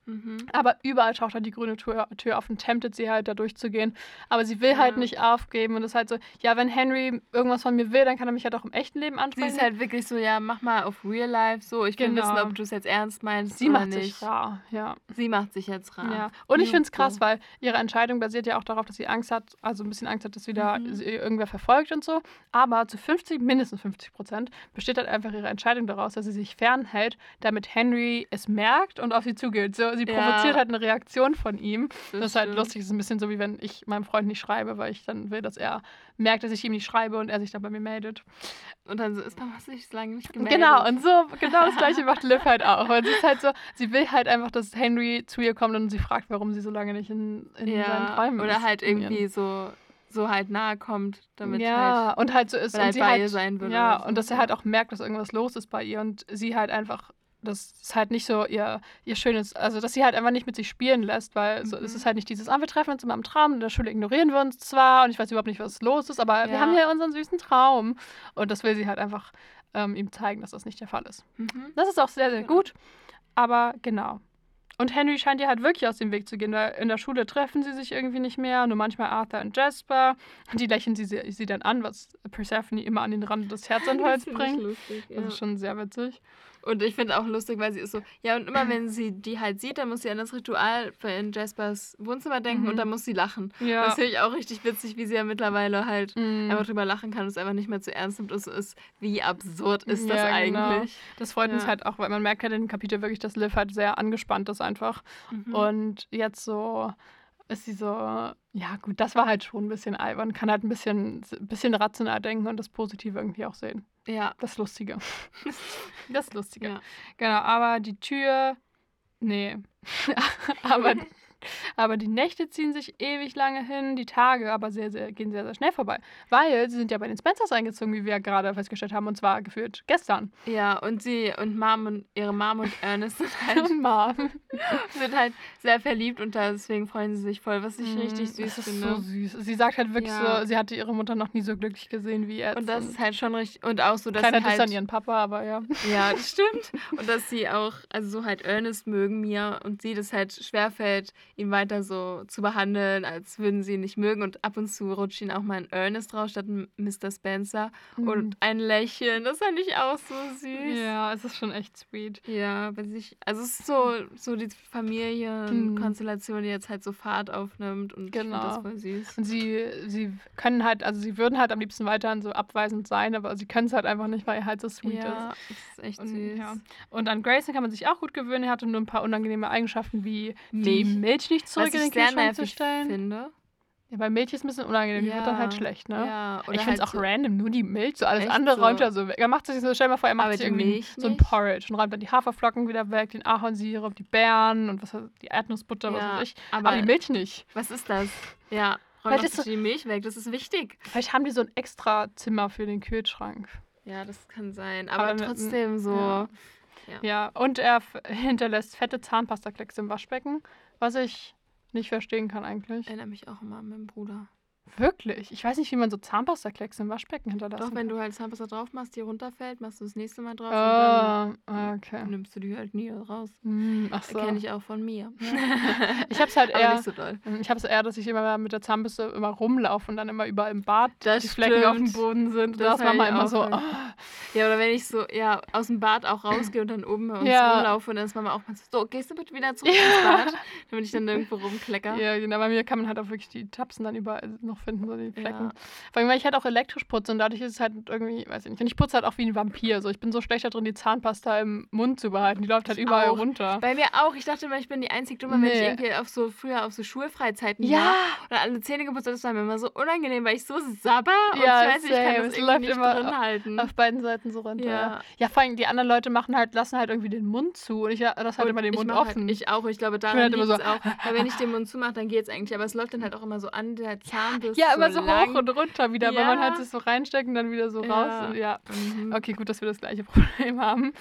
Aber überall taucht halt die grüne Tür auf und temptet sie halt, da durchzugehen. Aber sie will halt nicht aufgeben. Und es ist halt so, ja, wenn Henry irgendwas von mir will, dann kann er mich halt auch im echten Leben ansprechen.
Sie ist halt wirklich so, ja, mach mal auf Real Life so. Ich will wissen, ob du es jetzt ernst meinst
sie
oder
macht
nicht.
sich rar, ja.
Sie macht sich jetzt rar.
Ja. Und ich finde es krass, weil ihre Entscheidung basiert ja auch darauf, dass sie Angst hat, also ein bisschen Angst hat, dass wieder irgendwer verfolgt und so. Aber zu mindestens 50% besteht halt einfach ihre Entscheidung daraus, dass sie sich fernhält, damit Henry es merkt und auf sie zugeht. So, sie provoziert halt eine Reaktion von ihm. Das ist halt lustig. Das ist ein bisschen so, wie wenn ich meinem Freund nicht schreibe, weil ich dann will, dass er merkt, dass ich ihm nicht schreibe und er sich dann bei mir meldet.
Und dann so ist, warum hast du dich so lange nicht gemeldet?
Genau, und so, genau das Gleiche macht Liv halt auch. Und sie ist halt so, sie will halt einfach, dass Henry zu ihr kommt und sie fragt, warum sie so lange nicht in seinen Träumen ist.
Oder halt irgendwie so halt nahe kommt, damit
halt, und halt so ist, und
halt
sie
bei
halt,
ihr sein würde.
Ja,
so.
Und dass er halt auch merkt, dass irgendwas los ist bei ihr und sie halt einfach, das ist halt nicht so ihr schönes, also dass sie halt einfach nicht mit sich spielen lässt, weil so, es ist halt nicht dieses, wir treffen uns immer im Traum, in der Schule ignorieren wir uns zwar und ich weiß überhaupt nicht, was los ist, aber wir haben ja unseren süßen Traum und das will sie halt einfach ihm zeigen, dass das nicht der Fall ist. Das ist auch sehr, sehr gut, aber genau. Und Henry scheint ihr halt wirklich aus dem Weg zu gehen, weil in der Schule treffen sie sich irgendwie nicht mehr, nur manchmal Arthur und Jasper. Die lächeln sie dann an, was Persephone immer an den Rand des Herzanfalls bringt.
Lustig,
Das ist schon sehr witzig.
Und ich finde auch lustig, weil sie ist so, ja, und immer wenn sie die halt sieht, dann muss sie an das Ritual in Jaspers Wohnzimmer denken und dann muss sie lachen.
Ja.
Das finde ich auch richtig witzig, wie sie ja mittlerweile halt einfach drüber lachen kann und es einfach nicht mehr zu ernst nimmt. Und so ist, wie absurd ist das eigentlich?
Genau. Das freut uns halt auch, weil man merkt halt in dem Kapitel wirklich, dass Liv halt sehr angespannt ist einfach. Und jetzt so ist sie so, ja gut, das war halt schon ein bisschen albern, kann halt ein bisschen rational denken und das Positive irgendwie auch sehen.
Ja.
Das Lustige. Das Lustige. Ja. Genau, aber die Tür, nee. aber die Nächte ziehen sich ewig lange hin, die Tage aber gehen sehr, sehr schnell vorbei. Weil sie sind ja bei den Spencers eingezogen, wie wir ja gerade festgestellt haben, und zwar gefühlt gestern.
Ja, und ihre Mom und Ernest sind halt sehr verliebt und deswegen freuen sie sich voll, was ich richtig süß finde.
Das ist so süß. Sie sagt halt wirklich so, sie hatte ihre Mutter noch nie so glücklich gesehen wie jetzt.
Und das ist halt schon richtig, und auch so, dass
keiner
sie halt...
an ihren Papa, aber ja.
Ja, das stimmt. Und dass sie auch, also so halt Ernest mögen mir und sie das halt schwerfällt, ihn weiter so zu behandeln, als würden sie ihn nicht mögen. Und ab und zu rutscht ihn auch mal ein Ernest raus statt ein Mr. Spencer. Und ein Lächeln, das fand ich auch so süß.
Ja, es ist schon echt sweet.
Ja, also es ist so die Familienkonstellation, die jetzt halt so Fahrt aufnimmt und ich finde das voll süß.
Und sie können halt, also sie würden halt am liebsten weiterhin so abweisend sein, aber sie können es halt einfach nicht, weil er halt so sweet ist.
Ja, das ist echt süß.
Ja. Und an Grayson kann man sich auch gut gewöhnen. Er hatte nur ein paar unangenehme Eigenschaften, wie die Milch nicht zurück in den Kühlschrank zu stellen.
Finde.
Ja, weil Milch ist ein bisschen unangenehm, die wird dann halt schlecht, ne?
Ja,
ich finde es
halt
auch random, nur die Milch, so alles
echt
andere
so.
räumt er so weg. Er macht sich so, stell dir mal vor, er macht
Aber
sich
die
irgendwie
Milch
so ein
nicht?
Porridge und räumt dann die Haferflocken wieder weg, den Ahornsirup, die Beeren und die Erdnussbutter, was weiß ich. Aber die Milch nicht.
Was ist das? Ja, räum doch die Milch weg, das ist wichtig.
Vielleicht haben die so ein extra Zimmer für den Kühlschrank.
Ja, das kann sein, aber trotzdem so...
Ja, und er hinterlässt fette Zahnpastaklecks im Waschbecken, was ich nicht verstehen kann eigentlich.
Ich erinnere mich auch immer an meinen Bruder.
Wirklich? Ich weiß nicht, wie man so Zahnpastaklecks im Waschbecken hinterlässt.
Doch, wenn du halt Zahnpasta drauf machst, die runterfällt, machst du das nächste Mal drauf
und
dann nimmst du die halt nie raus.
Ach so.
Kenne ich auch von mir.
Ja. Ich hab's halt eher,
nicht so doll.
Ich hab's eher, dass ich immer mit der Zahnbürste immer rumlaufe und dann immer überall im Bad
die
Flecken auf dem Boden sind. Das war mal immer so.
Ja, oder wenn ich so aus dem Bad auch rausgehe und dann oben bei uns rumlaufe und dann ist Mama auch mal so, gehst du bitte wieder zurück ins Bad, damit ich dann nirgendwo rumklecker.
Ja, genau, bei mir kann man halt auch wirklich die Tapsen dann überall noch finden, so die Flecken. Vor allem, weil ich halt auch elektrisch putze und dadurch ist es halt irgendwie, weiß ich nicht, und ich putze halt auch wie ein Vampir. So. Ich bin so schlecht da drin, die Zahnpasta im Mund zu behalten. Die läuft halt überall runter.
Bei mir auch. Ich dachte immer, ich bin die einzig Dumme, wenn ich irgendwie früher auf so Schulfreizeiten war und alle Zähne geputzt habe. Das war mir immer so unangenehm, weil ich so sabber und ich weiß, ich kann das irgendwie nicht drin halten.
Auf beiden Seiten so runter. Ja, vor allem die anderen Leute lassen halt irgendwie den Mund zu und ich lasse halt immer den Mund offen.
Ich auch. Ich glaube, daran liegt es auch. Weil wenn ich den Mund zumache, dann geht es eigentlich. Aber es läuft dann halt auch immer so an der Zahnbürste.
Ja, immer so hoch und runter wieder, weil man halt es so reinsteckt und dann wieder so raus. Und okay, gut, dass wir das gleiche Problem haben.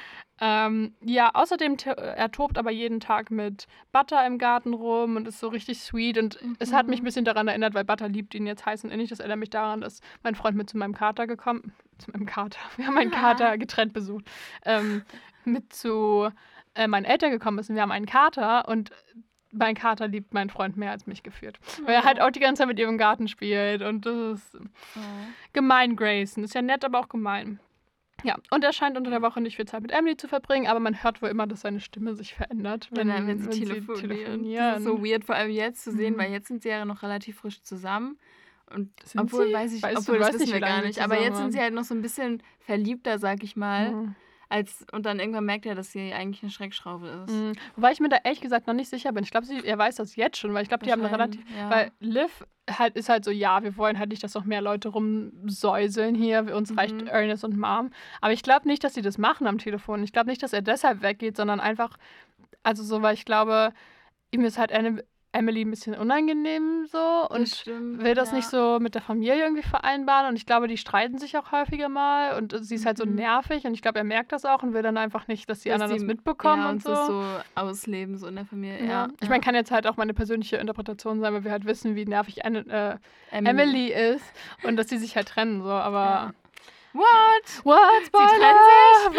Außerdem er tobt aber jeden Tag mit Butter im Garten rum und ist so richtig sweet und es hat mich ein bisschen daran erinnert, weil Butter liebt ihn jetzt heiß und innig. Das erinnert mich daran, dass mein Freund mit zu meinem Kater gekommen, wir haben meinen Kater getrennt besucht, mit zu meinen Eltern gekommen ist und wir haben einen Kater und mein Kater liebt meinen Freund mehr als mich geführt. Weil er halt auch die ganze Zeit mit ihr im Garten spielt und das ist gemein, Grayson. Ist ja nett, aber auch gemein. Ja, und er scheint unter der Woche nicht viel Zeit mit Emily zu verbringen, aber man hört wohl immer, dass seine Stimme sich verändert, wenn sie telefonieren.
Das ist so weird, vor allem jetzt zu sehen, weil jetzt sind sie ja noch relativ frisch zusammen. Und
Sind
obwohl,
sie?
das
Weißt
wissen
nicht,
wir
wie lange
gar
die
nicht. Aber jetzt
zusammen
sind sie halt noch so ein bisschen verliebter, sag ich mal. Und dann irgendwann merkt er, dass sie eigentlich eine Schreckschraube ist.
Wobei ich mir da ehrlich gesagt noch nicht sicher bin. Ich glaube, er weiß das jetzt schon, weil ich glaube, die haben eine relativ...
Ja.
Weil Liv ist halt so, ja, wir wollen halt nicht, dass noch mehr Leute rumsäuseln hier. Uns reicht Ernest und Mom. Aber ich glaube nicht, dass sie das machen am Telefon. Ich glaube nicht, dass er deshalb weggeht, sondern einfach... Also so, weil ich glaube, ihm ist halt Emily ein bisschen unangenehm so und will das nicht so mit der Familie irgendwie vereinbaren und ich glaube, die streiten sich auch häufiger mal und sie ist halt so nervig und ich glaube, er merkt das auch und will dann einfach nicht, dass die anderen das mitbekommen und so.
Das so ausleben so in der Familie, ja.
Ich meine, kann jetzt halt auch meine persönliche Interpretation sein, weil wir halt wissen, wie nervig Emily ist und dass sie sich halt trennen, so, aber...
Ja. What?
Spoiler?
Sie trennen sich?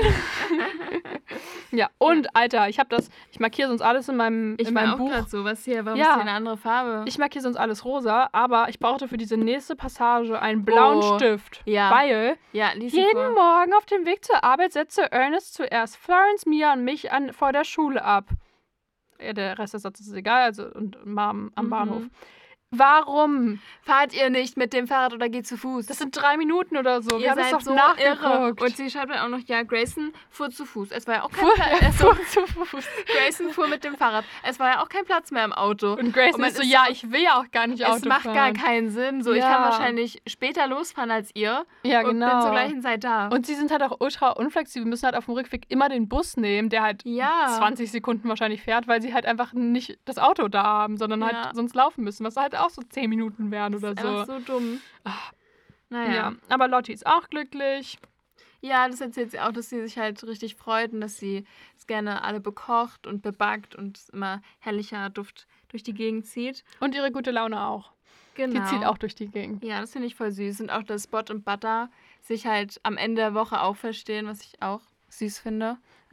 Wann? Ja, und Alter, ich markiere sonst alles in meinem Buch.
So, was hier, warum ist hier eine andere Farbe?
Ich markiere sonst alles rosa, aber ich brauchte für diese nächste Passage einen blauen Stift.
Ja.
Weil jeden Morgen auf dem Weg zur Arbeit setzte Ernest zuerst Florence, Mia und mich vor der Schule ab. Ja, der Rest des Satzes ist egal, also und Mom am Bahnhof. Warum?
Fahrt ihr nicht mit dem Fahrrad oder geht zu Fuß?
Das sind 3 Minuten oder so. Wir haben das doch
so
nachgeguckt.
Irre. Und sie schreibt dann auch noch, ja, Grayson fuhr zu Fuß. Es war ja auch kein
zu Fuß.
Grayson fuhr mit dem Fahrrad. Es war ja auch kein Platz mehr im Auto.
Und Grayson ist so, ja, ich will ja auch gar nicht Auto fahren.
Es macht gar keinen Sinn. So, ich kann wahrscheinlich später losfahren als ihr.
Ja, genau.
Und bin zur gleichen Zeit da.
Und sie sind halt auch ultra unflexibel. Wir müssen halt auf dem Rückweg immer den Bus nehmen, der halt 20 Sekunden wahrscheinlich fährt, weil sie halt einfach nicht das Auto da haben, sondern halt sonst laufen müssen, was halt auch so 10 Minuten werden oder so.
Einfach so dumm.
Naja. Ja, aber Lottie ist auch glücklich.
Ja, das erzählt sie auch, dass sie sich halt richtig freut und dass sie es gerne alle bekocht und bebackt und immer herrlicher Duft durch die Gegend zieht.
Und ihre gute Laune auch.
Genau.
Die zieht auch durch die Gegend.
Ja, das finde ich voll süß. Und auch, dass Spot und Butter sich halt am Ende der Woche auch verstehen, was ich auch süß finde.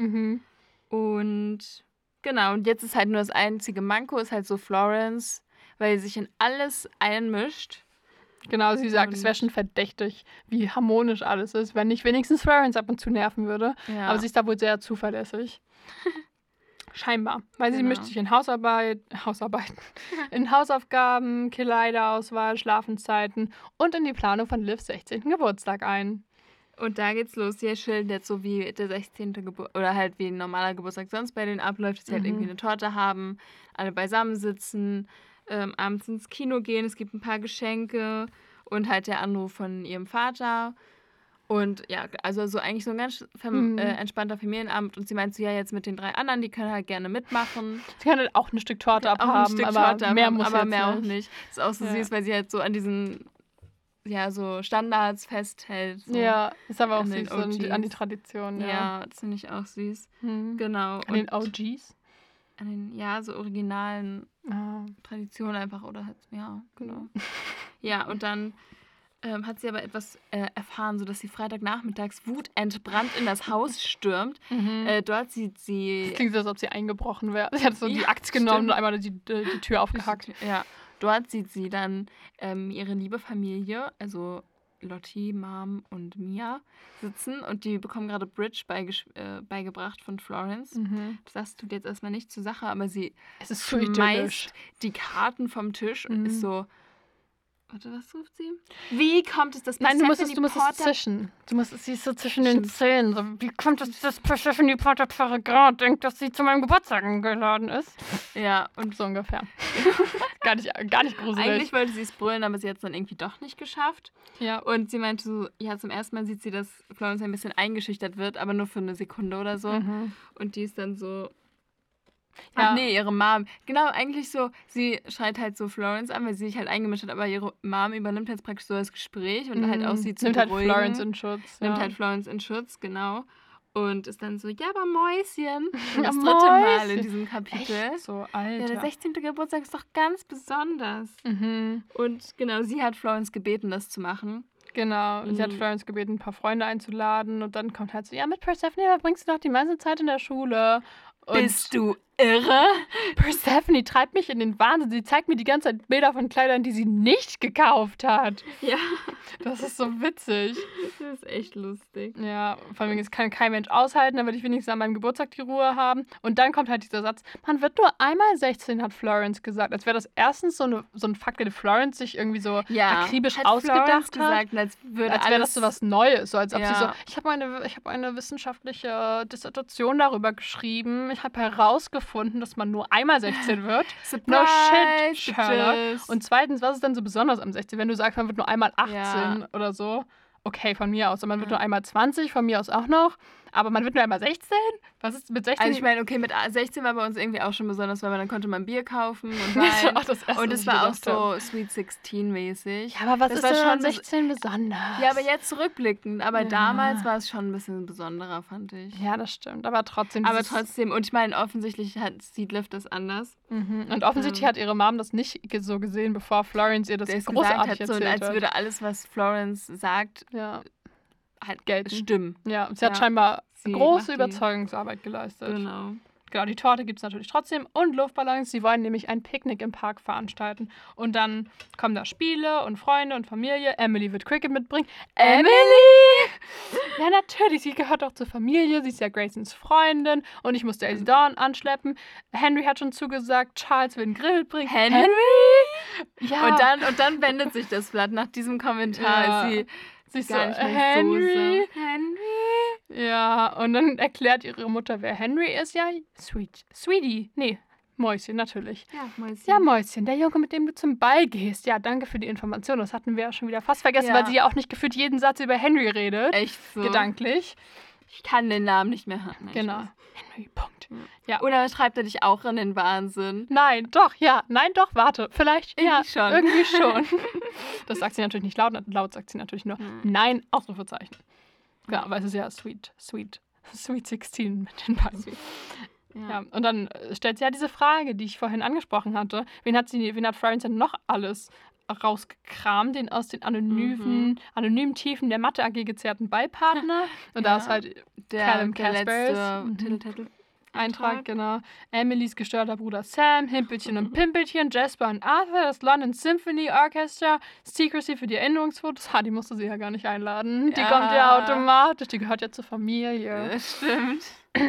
Und genau, und jetzt ist halt nur das einzige Manko, ist halt so Florence, weil sie sich in alles einmischt.
Genau, sie sagt, es wäre schon verdächtig, wie harmonisch alles ist, wenn nicht wenigstens Florence ab und zu nerven würde. Ja. Aber sie ist da wohl sehr zuverlässig. Scheinbar. Weil sie mischt sich in in Hausaufgaben, Kleideraauswahl, Schlafenszeiten und in die Planung von Livs 16. Geburtstag ein.
Und da geht's los. Sie schildert jetzt so, wie der 16. Geburtstag, oder halt wie ein normaler Geburtstag sonst bei denen abläuft, dass sie halt irgendwie eine Torte haben, alle beisammen sitzen, abends ins Kino gehen, es gibt ein paar Geschenke und halt der Anruf von ihrem Vater. Und ja, also so eigentlich so ein ganz entspannter Familienabend. Und sie meint so, ja, jetzt mit den 3 anderen, die können halt gerne mitmachen.
Sie können halt auch ein Stück Torte abhaben, aber mehr muss
aber
jetzt
mehr
nicht.
auch nicht. Das ist auch so süß, weil sie halt so an diesen so Standards festhält. So
ja, ist aber auch süß, so an die Tradition.
Ja, das finde ich auch süß. Genau.
An den OGs?
An den, so originalen Traditionen einfach, oder halt, ja, genau. Ja, und dann hat sie aber etwas erfahren, sodass sie Freitagnachmittags wutentbrannt in das Haus stürmt. Dort sieht sie...
Das klingt so, als ob sie eingebrochen wäre. Sie hat so die Axt genommen und einmal die Tür aufgehackt.
Ja, dort sieht sie dann ihre liebe Familie, also Lottie, Mom und Mia, sitzen und die bekommen gerade Bridge beigebracht von Florence. Das tut jetzt erstmal nicht zur Sache, aber sie schmeißt die Karten vom Tisch und ist so... Warte, was ruft sie? Wie kommt es, dass
Nein, du musst es zischen. Sie ist so zwischen den Zähnen. So, wie kommt es, dass Persephone Potter Pfarrer denkt, dass sie zu meinem Geburtstag geladen ist?
Ja, und
so ungefähr. gar nicht gruselig.
Eigentlich wollte sie es brüllen, aber sie hat es dann irgendwie doch nicht geschafft. Ja. Und sie meinte so, ja, zum ersten Mal sieht sie, dass Florence ein bisschen eingeschüchtert wird, aber nur für eine Sekunde oder so. Und die ist dann so... Ach nee, ihre Mom. Genau, eigentlich so, sie schreit halt so Florence an, weil sie sich halt eingemischt hat, aber ihre Mom übernimmt jetzt praktisch so das Gespräch und halt auch sie zu beruhigen.
Nimmt halt Florence in Schutz.
Nimmt halt Florence in Schutz, genau. Und ist dann so, ja, aber Mäuschen. Das 3. Mal in diesem Kapitel.
Echt? So, Alter.
Ja, der 16. Geburtstag ist doch ganz besonders. Und genau, sie hat Florence gebeten, das zu machen.
Genau. Sie hat Florence gebeten, ein paar Freunde einzuladen und dann kommt halt so, ja, mit Persephone verbringst du doch die meiste Zeit in der Schule. Und
bist du irre?
Persephone treibt mich in den Wahnsinn. Sie zeigt mir die ganze Zeit Bilder von Kleidern, die sie nicht gekauft hat.
Ja.
Das ist so witzig.
Das ist echt lustig.
Ja, vor allem, es kann kein Mensch aushalten, dann würde ich wenigstens an meinem Geburtstag die Ruhe haben. Und dann kommt halt dieser Satz, man wird nur einmal 16, hat Florence gesagt. Als wäre das erstens so ein Fakt, den Florence sich irgendwie so akribisch ausgedacht hat.
Gesagt, als
wäre das so was Neues. So als ob sie so, ich habe eine wissenschaftliche Dissertation darüber geschrieben. Ich habe herausgefunden, dass man nur einmal 16 wird.
Surprise,
no shit, Sherlock. Und zweitens, was ist denn so besonders am 16? Wenn du sagst, man wird nur einmal 18 oder so. Okay, von mir aus. Und man wird nur einmal 20, von mir aus auch noch. Aber man wird nur einmal 16? Was ist mit 16?
Also ich meine, okay, mit 16 war bei uns irgendwie auch schon besonders, weil dann konnte man Bier kaufen und Wein. Und es war auch so Sweet 16-mäßig.
Ja, aber was ist denn schon 16 besonders?
Ja, aber jetzt zurückblickend. Aber damals war es schon ein bisschen besonderer, fand ich.
Ja, das stimmt. Aber trotzdem.
Und ich meine, offensichtlich sieht Liv das anders.
Mhm. Und offensichtlich hat ihre Mom das nicht so gesehen, bevor Florence ihr das großartig erzählt hat.
Als würde alles, was Florence sagt, halt
gelten.
Stimmen.
Ja, sie hat scheinbar große Überzeugungsarbeit geleistet. Genau, die Torte gibt es natürlich trotzdem und Luftballons. Sie wollen nämlich ein Picknick im Park veranstalten. Und dann kommen da Spiele und Freunde und Familie. Emily wird Cricket mitbringen. Emily! Ja, natürlich. Sie gehört auch zur Familie. Sie ist ja Graysons Freundin. Und ich musste Elsie Dawn anschleppen. Henry hat schon zugesagt, Charles will einen Grill mitbringen.
Henry?
Ja.
Und dann wendet sich das Blatt nach diesem Kommentar.
Ja. Sie ist so, Henry? Ja, und dann erklärt ihre Mutter, wer Henry ist. Ja, Sweetie. Nee, Mäuschen, natürlich.
Ja, Mäuschen.
Ja, Mäuschen, der Junge, mit dem du zum Ball gehst. Ja, danke für die Information. Das hatten wir ja schon wieder fast vergessen, weil sie ja auch nicht gefühlt jeden Satz über Henry redet.
Echt so.
Gedanklich.
Ich kann den Namen nicht mehr hören.
Genau. Henry, Punkt. Ja.
Oder schreibt er dich auch in den Wahnsinn?
Nein, doch, warte. Vielleicht,
schon.
Irgendwie schon. Das sagt sie natürlich nicht laut. Laut sagt sie natürlich nur Nein, Ausrufezeichen. Ja, aber es ist ja Sweet 16 mit den beiden. Ja, und dann stellt sie ja diese Frage, die ich vorhin angesprochen hatte. Wen hat Florence denn noch alles rausgekramt, den aus den anonymen Tiefen der Mathe AG gezerrten Beipartner? Und da ist halt Callum Caspers Eintrag, genau. Emilys gestörter Bruder Sam, Himpelchen und Pimpelchen, Jasper und Arthur, das London Symphony Orchestra, Secrecy für die Erinnerungsfotos. Die musste sie ja gar nicht einladen. Die kommt ja automatisch, die gehört ja zur Familie.
Das stimmt.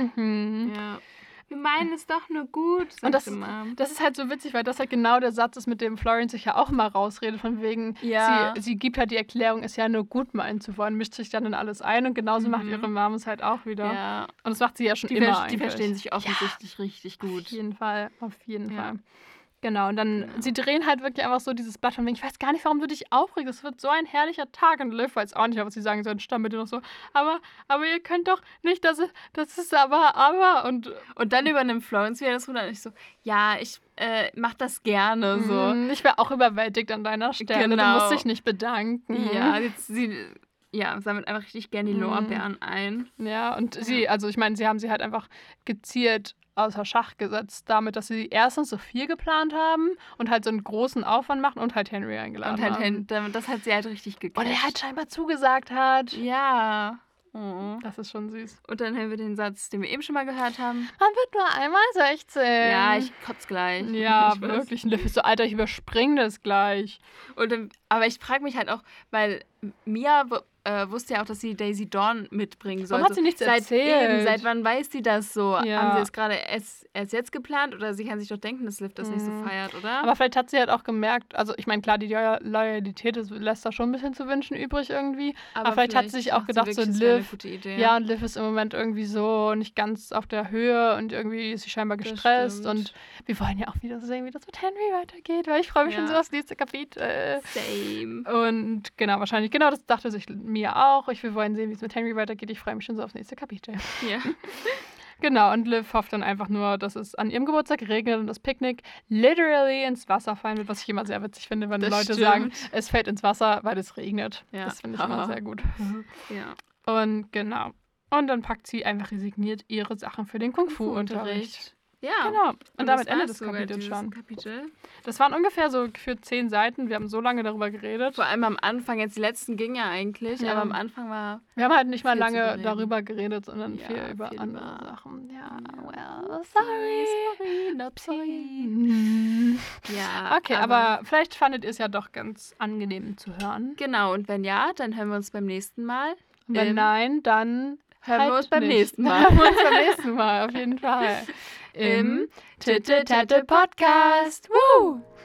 Ja. Wir meinen es doch nur gut, sagt
und das ist halt so witzig, weil das halt genau der Satz ist, mit dem Florence sich ja auch immer rausredet, von wegen, sie gibt halt die Erklärung, es ja nur gut meinen zu wollen, mischt sich dann in alles ein und genauso macht ihre Mom es halt auch wieder. Ja. Und das macht sie ja schon immer eigentlich.
Die verstehen sich offensichtlich richtig gut.
Auf jeden Fall. Genau, und dann, sie drehen halt wirklich einfach so dieses Blatt von wegen, ich weiß gar nicht, warum du dich aufregst, es wird so ein herrlicher Tag. Und Liv weiß auch nicht, was sie sagen sollen, stand bitte noch so, aber ihr könnt doch nicht, das ist aber. Und
dann übernimmt Florence wieder das Ruder und ich so, ja, ich mach das gerne, so.
Ich wäre auch überwältigt an deiner Stelle, du musst dich nicht bedanken.
Ja, sie sammelt einfach richtig gerne die Lorbeeren ein.
Ja, und sie haben sie halt einfach gezielt außer Schach gesetzt, damit, dass sie erstens so viel geplant haben und halt so einen großen Aufwand machen und halt Henry eingeladen haben.
Das hat sie halt richtig gekriegt.
Und er halt scheinbar zugesagt hat.
Ja. Oh.
Das ist schon süß.
Und dann haben wir den Satz, den wir eben schon mal gehört haben.
Man wird nur einmal 16.
Ja, ich kotz gleich.
Ja, wirklich. Und Liv ist so, Alter, ich überspringe das gleich.
Aber ich frage mich halt auch, weil Mia wusste ja auch, dass sie Daisy Dawn mitbringen sollte.
Warum hat sie nichts erzählt?
Seit wann weiß sie das so? Ja. Haben sie es gerade erst jetzt geplant? Oder sie kann sich doch denken, dass Liv das nicht so feiert, oder?
Aber vielleicht hat sie halt auch gemerkt, also ich meine, klar, die Loyalität lässt da schon ein bisschen zu wünschen übrig irgendwie. Aber vielleicht hat sie sich auch gedacht, so Liv, und Liv ist im Moment irgendwie so nicht ganz auf der Höhe und irgendwie ist sie scheinbar gestresst. Und wir wollen ja auch wieder sehen, wie das mit Henry weitergeht, weil ich freue mich schon so aufs nächste Kapitel.
Same.
Und wahrscheinlich, das dachte sich mir auch. Wir wollen sehen, wie es mit Henry weitergeht. Ich freue mich schon so aufs nächste Kapitel.
Ja.
Genau, und Liv hofft dann einfach nur, dass es an ihrem Geburtstag regnet und das Picknick literally ins Wasser fallen wird, was ich immer sehr witzig finde, wenn Leute sagen, es fällt ins Wasser, weil es regnet. Ja. Das finde ich immer sehr gut.
Ja.
Und genau. Und dann packt sie einfach resigniert ihre Sachen für den Kung-Fu-Unterricht.
Ja.
Genau. Und damit
das
endet
war's
das
sogar,
Kapitel
dieses
schon.
Kapitel.
Das waren ungefähr so für 10 Seiten. Wir haben so lange darüber geredet.
Vor allem am Anfang, jetzt die letzten ging ja eigentlich,
Ja.
aber am Anfang war...
Wir haben halt nicht mal
viel zu
lange
bereden.
darüber geredet, sondern
Ja,
viel über
viel
andere
über-
Sachen. Ja,
Ja.
well, sorry.
not sorry. Ja,
Okay, aber vielleicht fandet ihr es ja doch ganz angenehm zu hören.
Genau, und wenn ja, dann hören wir uns beim nächsten Mal.
Und wenn nein, dann
Hören
halt
wir uns beim
nicht.
nächsten Mal.
Hören wir uns beim nächsten Mal, auf jeden Fall. Im Titte Tatte Podcast. Woo!